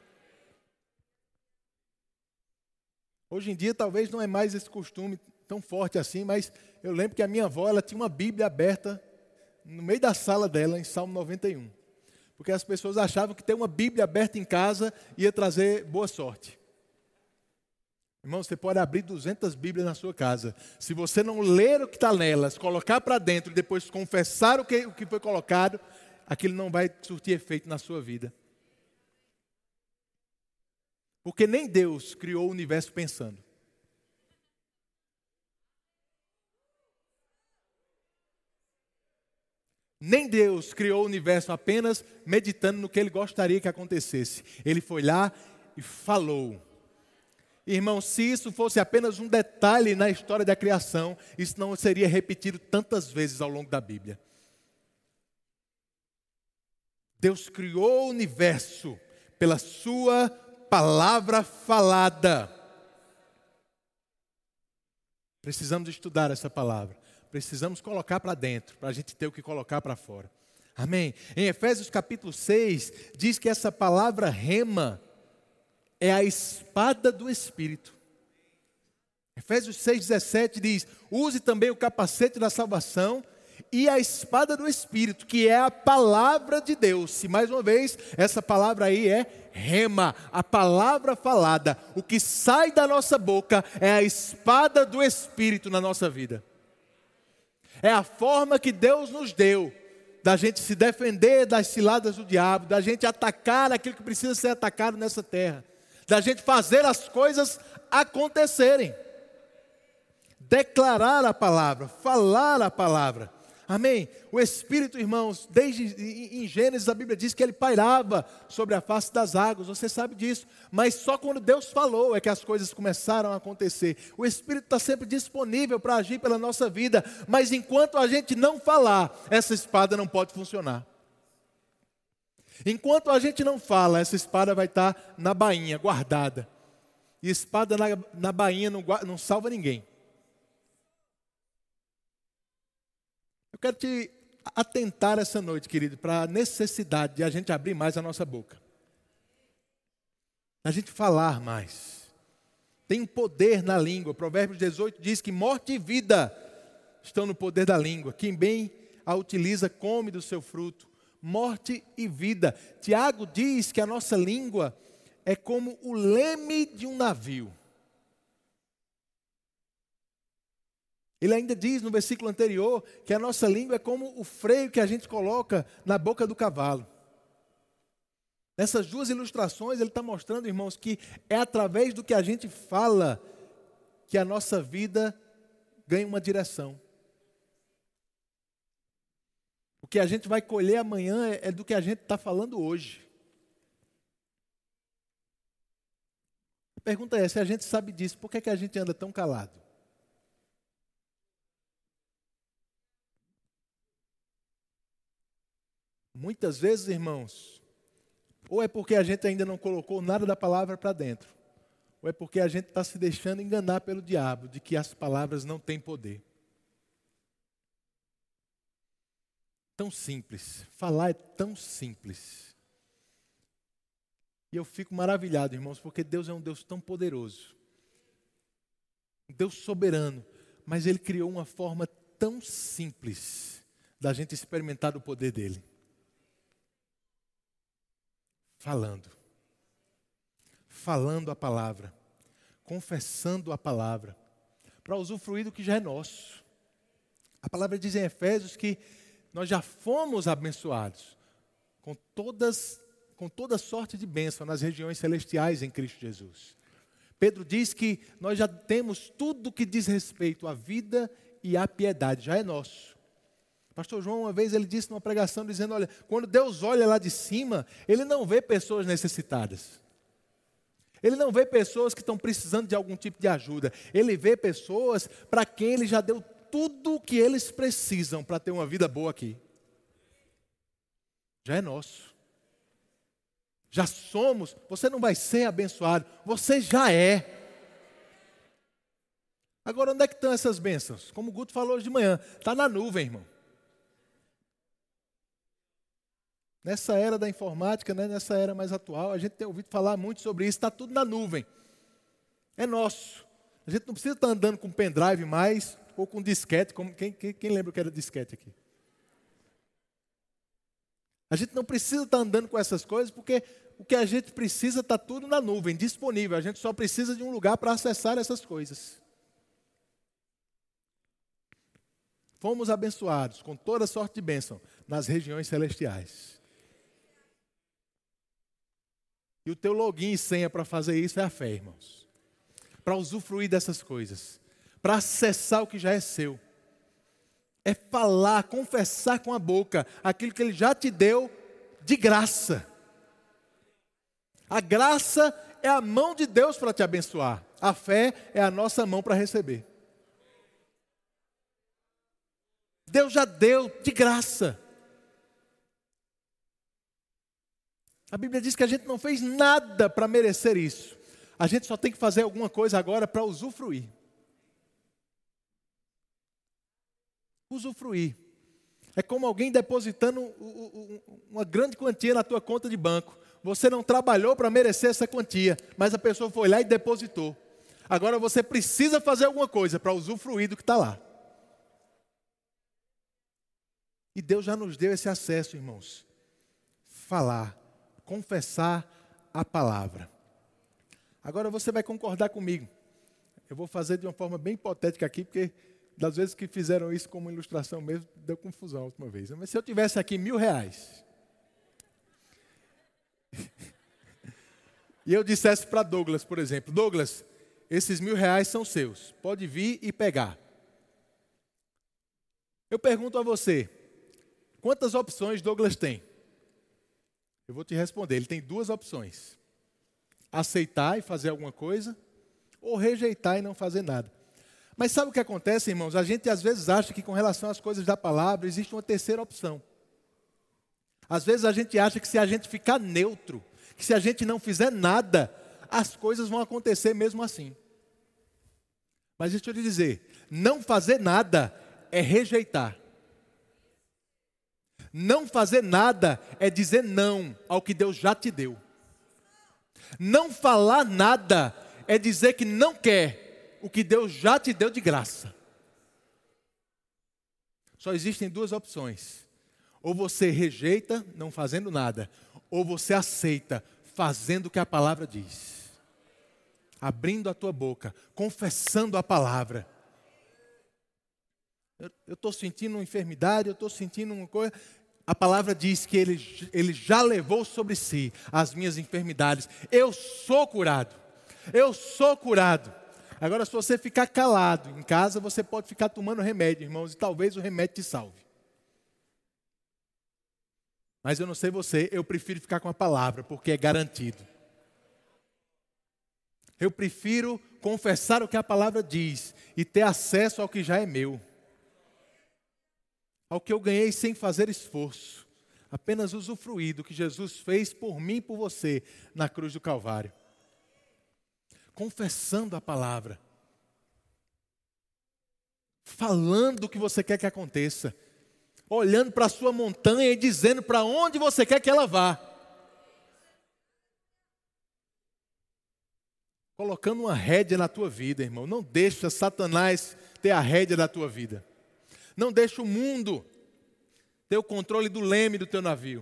Hoje em dia talvez não é mais esse costume tão forte assim, mas eu lembro que a minha avó, ela tinha uma Bíblia aberta no meio da sala dela, em Salmo noventa e um. Porque as pessoas achavam que ter uma Bíblia aberta em casa ia trazer boa sorte. Irmão, você pode abrir duzentas Bíblias na sua casa. Se você não ler o que está nelas, colocar para dentro e depois confessar o que, o que foi colocado, aquilo não vai surtir efeito na sua vida. Porque nem Deus criou o universo pensando. Nem Deus criou o universo apenas meditando no que Ele gostaria que acontecesse. Ele foi lá e falou. Irmão, se isso fosse apenas um detalhe na história da criação, isso não seria repetido tantas vezes ao longo da Bíblia. Deus criou o universo pela sua palavra falada. Precisamos estudar essa palavra. Precisamos colocar para dentro, para a gente ter o que colocar para fora. Amém? Em Efésios capítulo seis, diz que essa palavra rema é a espada do Espírito. Efésios seis, dezessete diz, use também o capacete da salvação e a espada do Espírito, que é a palavra de Deus. E mais uma vez, essa palavra aí é rema, a palavra falada. O que sai da nossa boca é a espada do Espírito na nossa vida. É a forma que Deus nos deu da gente se defender das ciladas do diabo, da gente atacar aquilo que precisa ser atacado nessa terra, da gente fazer as coisas acontecerem, declarar a palavra, falar a palavra. Amém? O Espírito, irmãos, desde em Gênesis a Bíblia diz que ele pairava sobre a face das águas, você sabe disso, mas só quando Deus falou é que as coisas começaram a acontecer. O Espírito está sempre disponível para agir pela nossa vida, mas enquanto a gente não falar, essa espada não pode funcionar. Enquanto a gente não fala, essa espada vai estar na bainha, guardada. E espada na, na bainha não, não salva ninguém. Eu quero te atentar essa noite, querido, para a necessidade de a gente abrir mais a nossa boca. A gente falar mais. Tem poder na língua. Provérbios dezoito diz que morte e vida estão no poder da língua. Quem bem a utiliza, come do seu fruto. Morte e vida. Tiago diz que a nossa língua é como o leme de um navio. Ele ainda diz no versículo anterior que a nossa língua é como o freio que a gente coloca na boca do cavalo. Nessas duas ilustrações ele está mostrando, irmãos, que é através do que a gente fala que a nossa vida ganha uma direção. O que a gente vai colher amanhã é do que a gente está falando hoje. A pergunta é, se a gente sabe disso, por que, que a gente anda tão calado? Muitas vezes, irmãos, ou é porque a gente ainda não colocou nada da palavra para dentro, ou é porque a gente está se deixando enganar pelo diabo de que as palavras não têm poder. Tão simples, falar é tão simples. E eu fico maravilhado, irmãos, porque Deus é um Deus tão poderoso, um Deus soberano, mas Ele criou uma forma tão simples da gente experimentar o poder dEle. Falando, falando a palavra, confessando a palavra, para usufruir do que já é nosso. A palavra diz em Efésios que nós já fomos abençoados com todas, com toda sorte de bênção nas regiões celestiais em Cristo Jesus. Pedro diz que nós já temos tudo que diz respeito à vida e à piedade, já é nosso. Pastor João, uma vez ele disse numa pregação, dizendo, olha, quando Deus olha lá de cima, Ele não vê pessoas necessitadas. Ele não vê pessoas que estão precisando de algum tipo de ajuda. Ele vê pessoas para quem Ele já deu tudo o que eles precisam para ter uma vida boa aqui. Já é nosso. Já somos. Você não vai ser abençoado, você já é. Agora, onde é que estão essas bênçãos? Como o Guto falou hoje de manhã, está na nuvem, irmão. Nessa era da informática, né, nessa era mais atual, a gente tem ouvido falar muito sobre isso, está tudo na nuvem. É nosso. A gente não precisa estar andando com pendrive mais, ou com disquete, como, quem, quem, quem lembra o que era disquete aqui? A gente não precisa estar andando com essas coisas, porque o que a gente precisa está tudo na nuvem, disponível. A gente só precisa de um lugar para acessar essas coisas. Fomos abençoados com toda sorte de bênção nas regiões celestiais. E o teu login e senha para fazer isso é a fé, irmãos. Para usufruir dessas coisas. Para acessar o que já é seu. É falar, confessar com a boca aquilo que Ele já te deu de graça. A graça é a mão de Deus para te abençoar. A fé é a nossa mão para receber. Deus já deu de graça. A Bíblia diz que a gente não fez nada para merecer isso. A gente só tem que fazer alguma coisa agora para usufruir. Usufruir. É como alguém depositando uma grande quantia na tua conta de banco. Você não trabalhou para merecer essa quantia, mas a pessoa foi lá e depositou. Agora você precisa fazer alguma coisa para usufruir do que está lá. E Deus já nos deu esse acesso, irmãos. Falar. Confessar a palavra. Agora você vai concordar comigo. Eu vou fazer de uma forma bem hipotética aqui, porque das vezes que fizeram isso como ilustração mesmo, deu confusão a última vez. Mas se eu tivesse aqui mil reais, e eu dissesse para Douglas, por exemplo, Douglas, esses mil reais são seus, pode vir e pegar. Eu pergunto a você, quantas opções Douglas tem? Eu vou te responder, ele tem duas opções. Aceitar e fazer alguma coisa, ou rejeitar e não fazer nada. Mas sabe o que acontece, irmãos? A gente às vezes acha que com relação às coisas da palavra, existe uma terceira opção. Às vezes a gente acha que se a gente ficar neutro, que se a gente não fizer nada, as coisas vão acontecer mesmo assim. Mas deixa eu lhe dizer, não fazer nada é rejeitar. Não fazer nada é dizer não ao que Deus já te deu. Não falar nada é dizer que não quer o que Deus já te deu de graça. Só existem duas opções. Ou você rejeita, não fazendo nada, ou você aceita, fazendo o que a palavra diz. Abrindo a tua boca, confessando a palavra. Eu estou sentindo uma enfermidade, eu estou sentindo uma coisa. A palavra diz que ele, ele já levou sobre si as minhas enfermidades. Eu sou curado. Eu sou curado. Agora, se você ficar calado em casa, você pode ficar tomando remédio, irmãos, e talvez o remédio te salve. Mas eu não sei você, eu prefiro ficar com a palavra, porque é garantido. Eu prefiro confessar o que a palavra diz e ter acesso ao que já é meu. Ao que eu ganhei sem fazer esforço. Apenas usufruir do que Jesus fez por mim e por você na cruz do Calvário. Confessando a palavra. Falando o que você quer que aconteça. Olhando para a sua montanha e dizendo para onde você quer que ela vá. Colocando uma rédea na tua vida, irmão. Não deixa Satanás ter a rédea da tua vida. Não deixa o mundo ter o controle do leme do teu navio.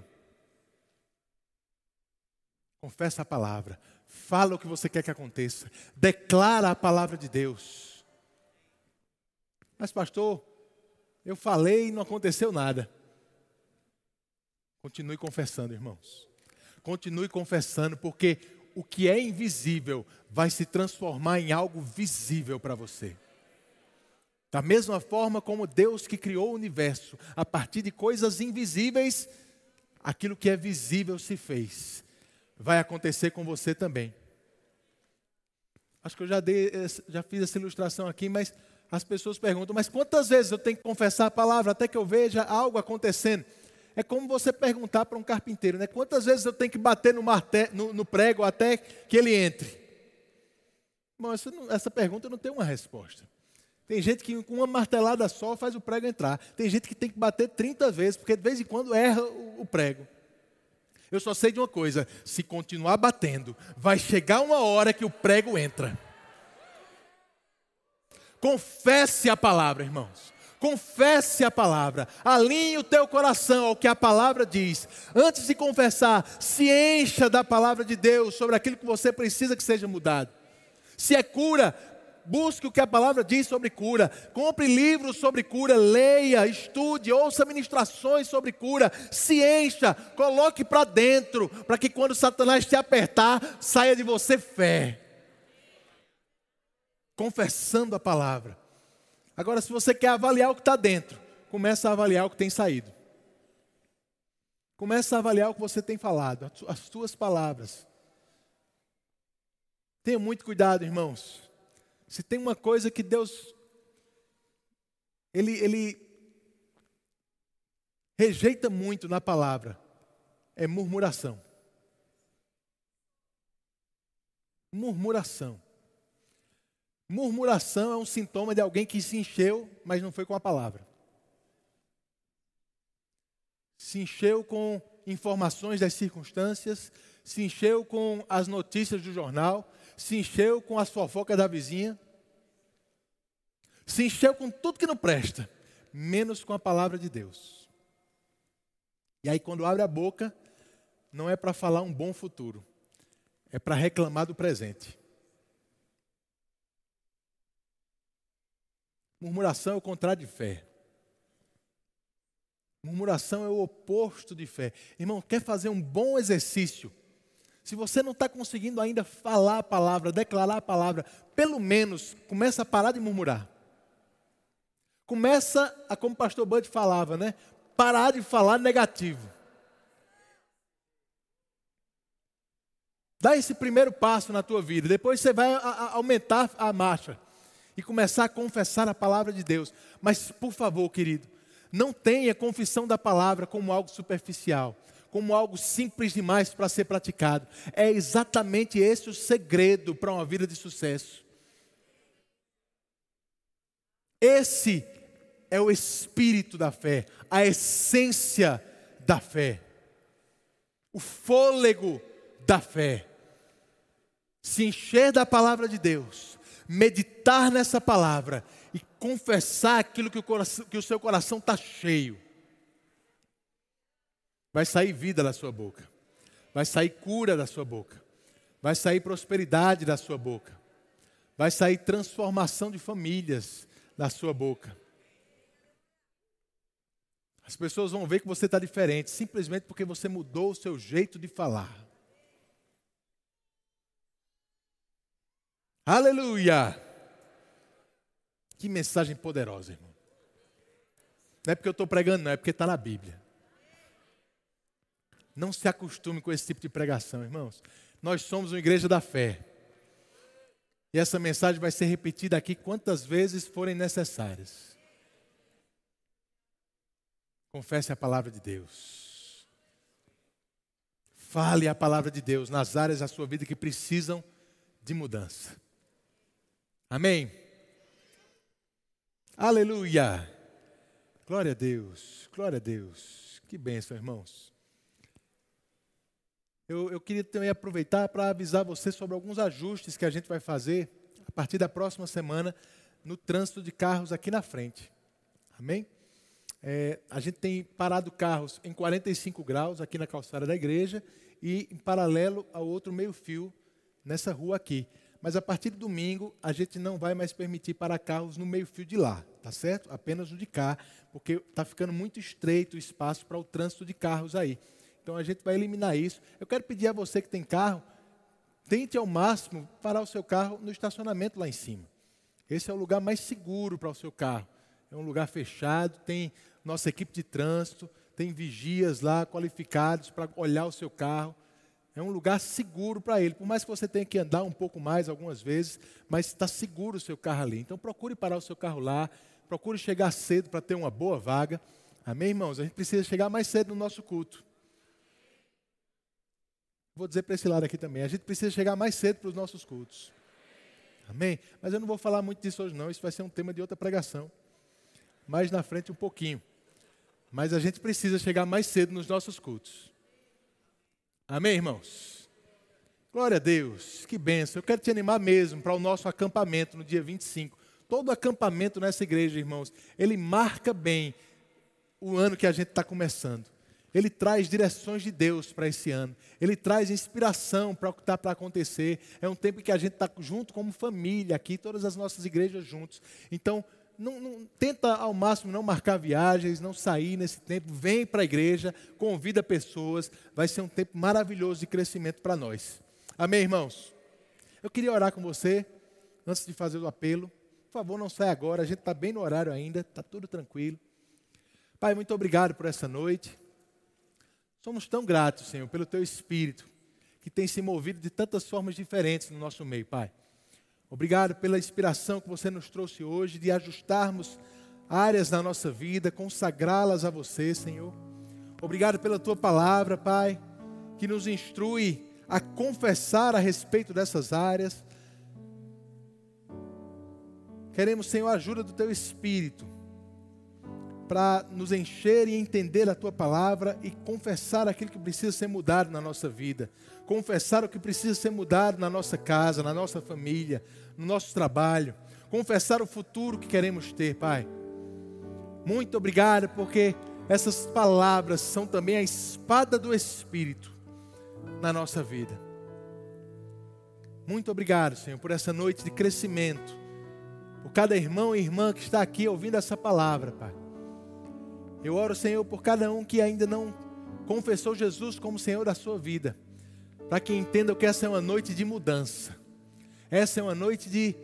Confessa a palavra. Fala o que você quer que aconteça. Declara a palavra de Deus. Mas pastor, eu falei e não aconteceu nada. Continue confessando, irmãos. Continue confessando, porque o que é invisível vai se transformar em algo visível para você. Da mesma forma como Deus que criou o universo, a partir de coisas invisíveis, aquilo que é visível se fez. Vai acontecer com você também. Acho que eu já, dei, já fiz essa ilustração aqui, mas as pessoas perguntam, mas quantas vezes eu tenho que confessar a palavra até que eu veja algo acontecendo? É como você perguntar para um carpinteiro, né? Quantas vezes eu tenho que bater no, marte, no, no prego até que ele entre? Bom, essa, essa pergunta não tem uma resposta. Tem gente que com uma martelada só faz o prego entrar. Tem gente que tem que bater trinta vezes, porque de vez em quando erra o, o prego. Eu só sei de uma coisa, se continuar batendo, vai chegar uma hora que o prego entra. Confesse a palavra, irmãos. Confesse a palavra. Alinhe o teu coração ao que a palavra diz. Antes de confessar, se encha da palavra de Deus sobre aquilo que você precisa que seja mudado. Se é cura, busque o que a palavra diz sobre cura. Compre livros sobre cura, leia, estude, ouça ministrações sobre cura. Se encha, coloque para dentro, para que quando Satanás te apertar, saia de você fé. Confessando a palavra. Agora, se você quer avaliar o que está dentro, começa a avaliar o que tem saído. Começa a avaliar o que você tem falado, as suas palavras. Tenha muito cuidado, irmãos. Se tem uma coisa que Deus, Ele, Ele rejeita muito na palavra, é murmuração. Murmuração. Murmuração é um sintoma de alguém que se encheu, mas não foi com a palavra. Se encheu com informações das circunstâncias, se encheu com as notícias do jornal, se encheu com as fofocas da vizinha, se encheu com tudo que não presta, menos com a palavra de Deus. E aí quando abre a boca, não é para falar um bom futuro, é para reclamar do presente. Murmuração é o contrário de fé. Murmuração é o oposto de fé. Irmão, quer fazer um bom exercício? Se você não está conseguindo ainda falar a palavra, declarar a palavra, pelo menos começa a parar de murmurar. Começa a, como o pastor Bud falava, né? Parar de falar negativo. Dá esse primeiro passo na tua vida, depois você vai a, a, aumentar a marcha e começar a confessar a palavra de Deus. Mas, por favor, querido, não tenha confissão da palavra como algo superficial, como algo simples demais para ser praticado. É exatamente esse o segredo para uma vida de sucesso. Esse é o espírito da fé, a essência da fé, o fôlego da fé. Se encher da palavra de Deus, meditar nessa palavra e confessar aquilo que o, coração, que o seu coração está cheio. Vai sair vida da sua boca. Vai sair cura da sua boca. Vai sair prosperidade da sua boca. Vai sair transformação de famílias da sua boca. As pessoas vão ver que você está diferente, simplesmente porque você mudou o seu jeito de falar. Aleluia! Que mensagem poderosa, irmão. Não é porque eu estou pregando, não, é porque está na Bíblia. Não se acostume com esse tipo de pregação, irmãos. Nós somos uma igreja da fé. E essa mensagem vai ser repetida aqui quantas vezes forem necessárias. Confesse a palavra de Deus. Fale a palavra de Deus nas áreas da sua vida que precisam de mudança. Amém? Aleluia! Glória a Deus, glória a Deus. Que bênção, irmãos. Eu, eu queria também aproveitar para avisar você sobre alguns ajustes que a gente vai fazer a partir da próxima semana no trânsito de carros aqui na frente. Amém? É, a gente tem parado carros em quarenta e cinco graus aqui na calçada da igreja e em paralelo ao outro meio-fio nessa rua aqui. Mas a partir de domingo, a gente não vai mais permitir parar carros no meio-fio de lá, tá certo? Apenas o de cá, porque está ficando muito estreito o espaço para o trânsito de carros aí. Então a gente vai eliminar isso. Eu quero pedir a você que tem carro, tente ao máximo parar o seu carro no estacionamento lá em cima. Esse é o lugar mais seguro para o seu carro. É um lugar fechado, tem nossa equipe de trânsito, tem vigias lá qualificados para olhar o seu carro. É um lugar seguro para ele. Por mais que você tenha que andar um pouco mais algumas vezes, mas está seguro o seu carro ali. Então procure parar o seu carro lá, procure chegar cedo para ter uma boa vaga. Amém, irmãos? A gente precisa chegar mais cedo no nosso culto. Vou dizer para esse lado aqui também. A gente precisa chegar mais cedo para os nossos cultos. Amém? Mas eu não vou falar muito disso hoje não. Isso vai ser um tema de outra pregação. Mais na frente um pouquinho. Mas a gente precisa chegar mais cedo nos nossos cultos. Amém, irmãos? Glória a Deus. Que bênção. Eu quero te animar mesmo para o nosso acampamento no dia vinte e cinco. Todo acampamento nessa igreja, irmãos, ele marca bem o ano que a gente está começando. Ele traz direções de Deus para esse ano. Ele traz inspiração para o que está para acontecer. É um tempo que a gente está junto como família aqui, todas as nossas igrejas juntos. Então, não, não, tenta ao máximo não marcar viagens, não sair nesse tempo. Vem para a igreja, convida pessoas. Vai ser um tempo maravilhoso de crescimento para nós. Amém, irmãos? Eu queria orar com você, antes de fazer o apelo. Por favor, não saia agora, a gente está bem no horário ainda, está tudo tranquilo. Pai, muito obrigado por essa noite. Somos tão gratos, Senhor, pelo Teu Espírito, que tem se movido de tantas formas diferentes no nosso meio, Pai. Obrigado pela inspiração que você nos trouxe hoje, de ajustarmos áreas na nossa vida, consagrá-las a você, Senhor. Obrigado pela Tua palavra, Pai, que nos instrui a confessar a respeito dessas áreas. Queremos, Senhor, a ajuda do Teu Espírito, para nos encher e entender a Tua palavra e confessar aquilo que precisa ser mudado na nossa vida. Confessar o que precisa ser mudado na nossa casa, na nossa família, no nosso trabalho. Confessar o futuro que queremos ter, Pai. Muito obrigado, porque essas palavras são também a espada do Espírito na nossa vida. Muito obrigado, Senhor, por essa noite de crescimento. Por cada irmão e irmã que está aqui ouvindo essa palavra, Pai. Eu oro, Senhor, por cada um que ainda não confessou Jesus como Senhor da sua vida. Para que entendam que essa é uma noite de mudança. Essa é uma noite de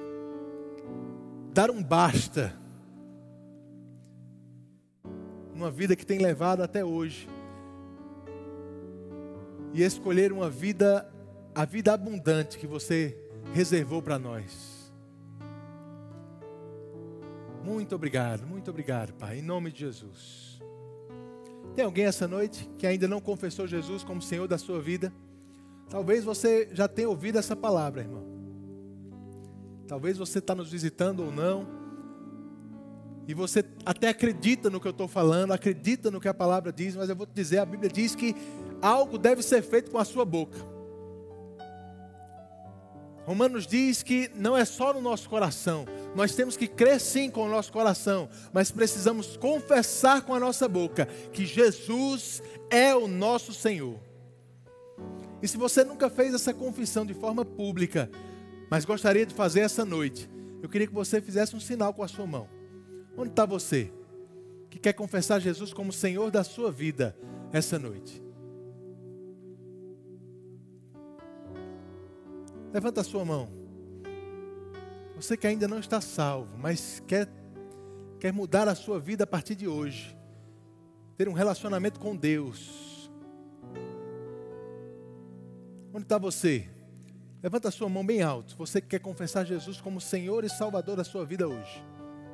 dar um basta. Uma vida que tem levado até hoje. E escolher uma vida, a vida abundante que você reservou para nós. Muito obrigado, muito obrigado, Pai, em nome de Jesus. Tem alguém essa noite que ainda não confessou Jesus como Senhor da sua vida? Talvez você já tenha ouvido essa palavra, irmão. Talvez você está nos visitando ou não. E você até acredita no que eu estou falando, acredita no que a palavra diz, mas eu vou te dizer, a Bíblia diz que algo deve ser feito com a sua boca. Romanos diz que não é só no nosso coração. Nós temos que crer sim com o nosso coração, mas precisamos confessar com a nossa boca que Jesus é o nosso Senhor. E se você nunca fez essa confissão de forma pública, mas gostaria de fazer essa noite, eu queria que você fizesse um sinal com a sua mão. Onde está você que quer confessar Jesus como Senhor da sua vida essa noite? Levanta a sua mão. Você que ainda não está salvo, mas quer, quer mudar a sua vida a partir de hoje. Ter um relacionamento com Deus. Onde está você? Levanta a sua mão bem alto. Você que quer confessar Jesus como Senhor e Salvador da sua vida hoje.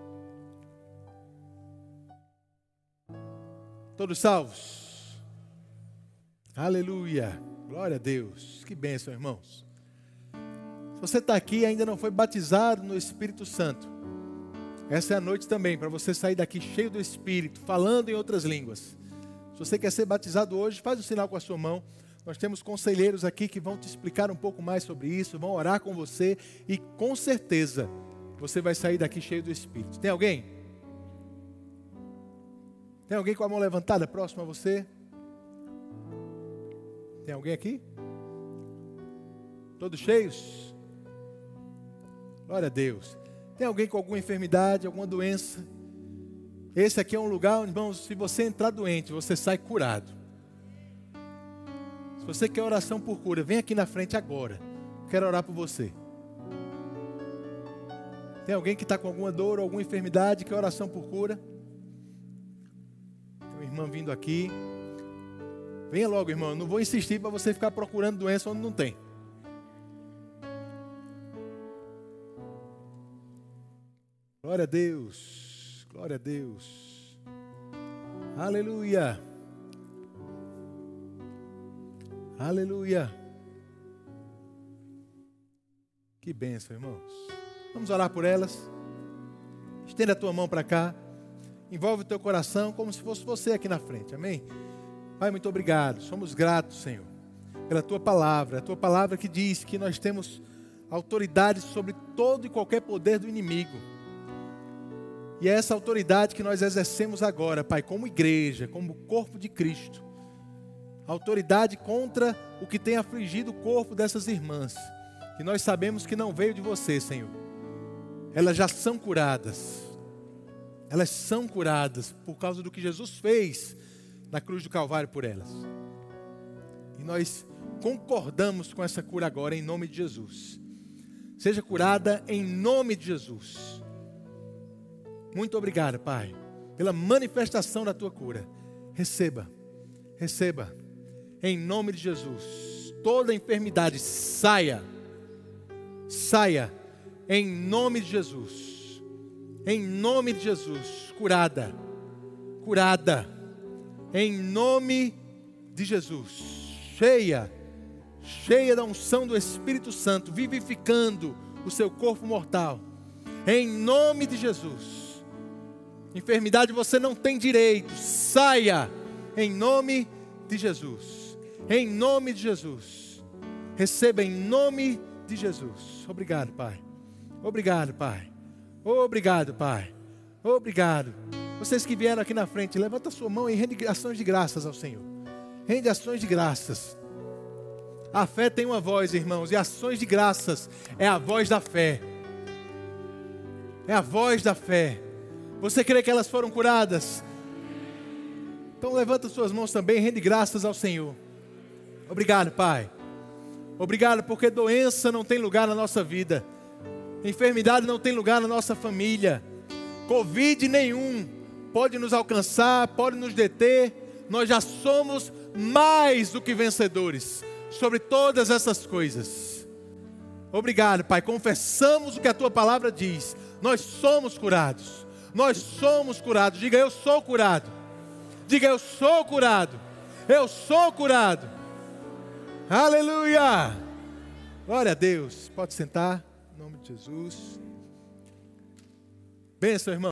Todos salvos? Aleluia. Glória a Deus. Que bênção, irmãos. Se você está aqui e ainda não foi batizado no Espírito Santo, essa é a noite também para você sair daqui cheio do Espírito, falando em outras línguas. Se você quer ser batizado hoje, faz um sinal com a sua mão. Nós temos conselheiros aqui que vão te explicar um pouco mais sobre isso, vão orar com você e com certeza você vai sair daqui cheio do Espírito. Tem alguém? Tem alguém com a mão levantada próximo a você? Tem alguém aqui? Todos cheios? Glória a Deus. Tem alguém com alguma enfermidade, alguma doença? Esse aqui é um lugar onde, irmãos, se você entrar doente, você sai curado. você quer oração por cura, vem aqui na frente agora. Quero orar por você. Tem alguém que está com alguma dor ou alguma enfermidade, quer oração por cura? Tem uma irmã vindo aqui. Venha logo, irmão. Não vou insistir para você ficar procurando doença onde não tem. Glória a Deus. Glória a Deus. Aleluia. Aleluia. Que bênção, irmãos. Vamos orar por elas. Estenda a tua mão para cá. Envolve o teu coração como se fosse você aqui na frente. Amém? Pai, muito obrigado. Somos gratos, Senhor, pela tua palavra. A tua palavra que diz que nós temos autoridade sobre todo e qualquer poder do inimigo. E é essa autoridade que nós exercemos agora, Pai, como igreja, como corpo de Cristo. Autoridade contra o que tem afligido o corpo dessas irmãs. Que nós sabemos que não veio de você, Senhor. Elas já são curadas. Elas são curadas por causa do que Jesus fez na cruz do Calvário por elas. E nós concordamos com essa cura agora em nome de Jesus. Seja curada em nome de Jesus. Muito obrigado, Pai, pela manifestação da tua cura. Receba, receba, em nome de Jesus. Toda enfermidade saia. Saia, em nome de Jesus, em nome de Jesus, curada, curada, em nome de Jesus, cheia, cheia da unção do Espírito Santo, vivificando o seu corpo mortal, em nome de Jesus. Enfermidade você não tem direito, saia, em nome de Jesus, em nome de Jesus, receba em nome de de Jesus. Obrigado, Pai. Obrigado, Pai. Obrigado, Pai. Obrigado. Vocês que vieram aqui na frente, levanta a sua mão e rende ações de graças ao Senhor. Rende ações de graças. A fé tem uma voz, irmãos, e ações de graças é a voz da fé. É a voz da fé. Você crê que elas foram curadas? Então levanta suas mãos também e rende graças ao Senhor. Obrigado, Pai. Obrigado porque doença não tem lugar na nossa vida. Enfermidade não tem lugar na nossa família. Covid nenhum pode nos alcançar, pode nos deter. Nós já somos mais do que vencedores sobre todas essas coisas. Obrigado, Pai. Confessamos o que a tua palavra diz. Nós somos curados. Nós somos curados. Diga, eu sou curado. Diga, eu sou curado. Eu sou curado. Aleluia! Glória a Deus. Pode sentar, em nome de Jesus. Bênção, irmão.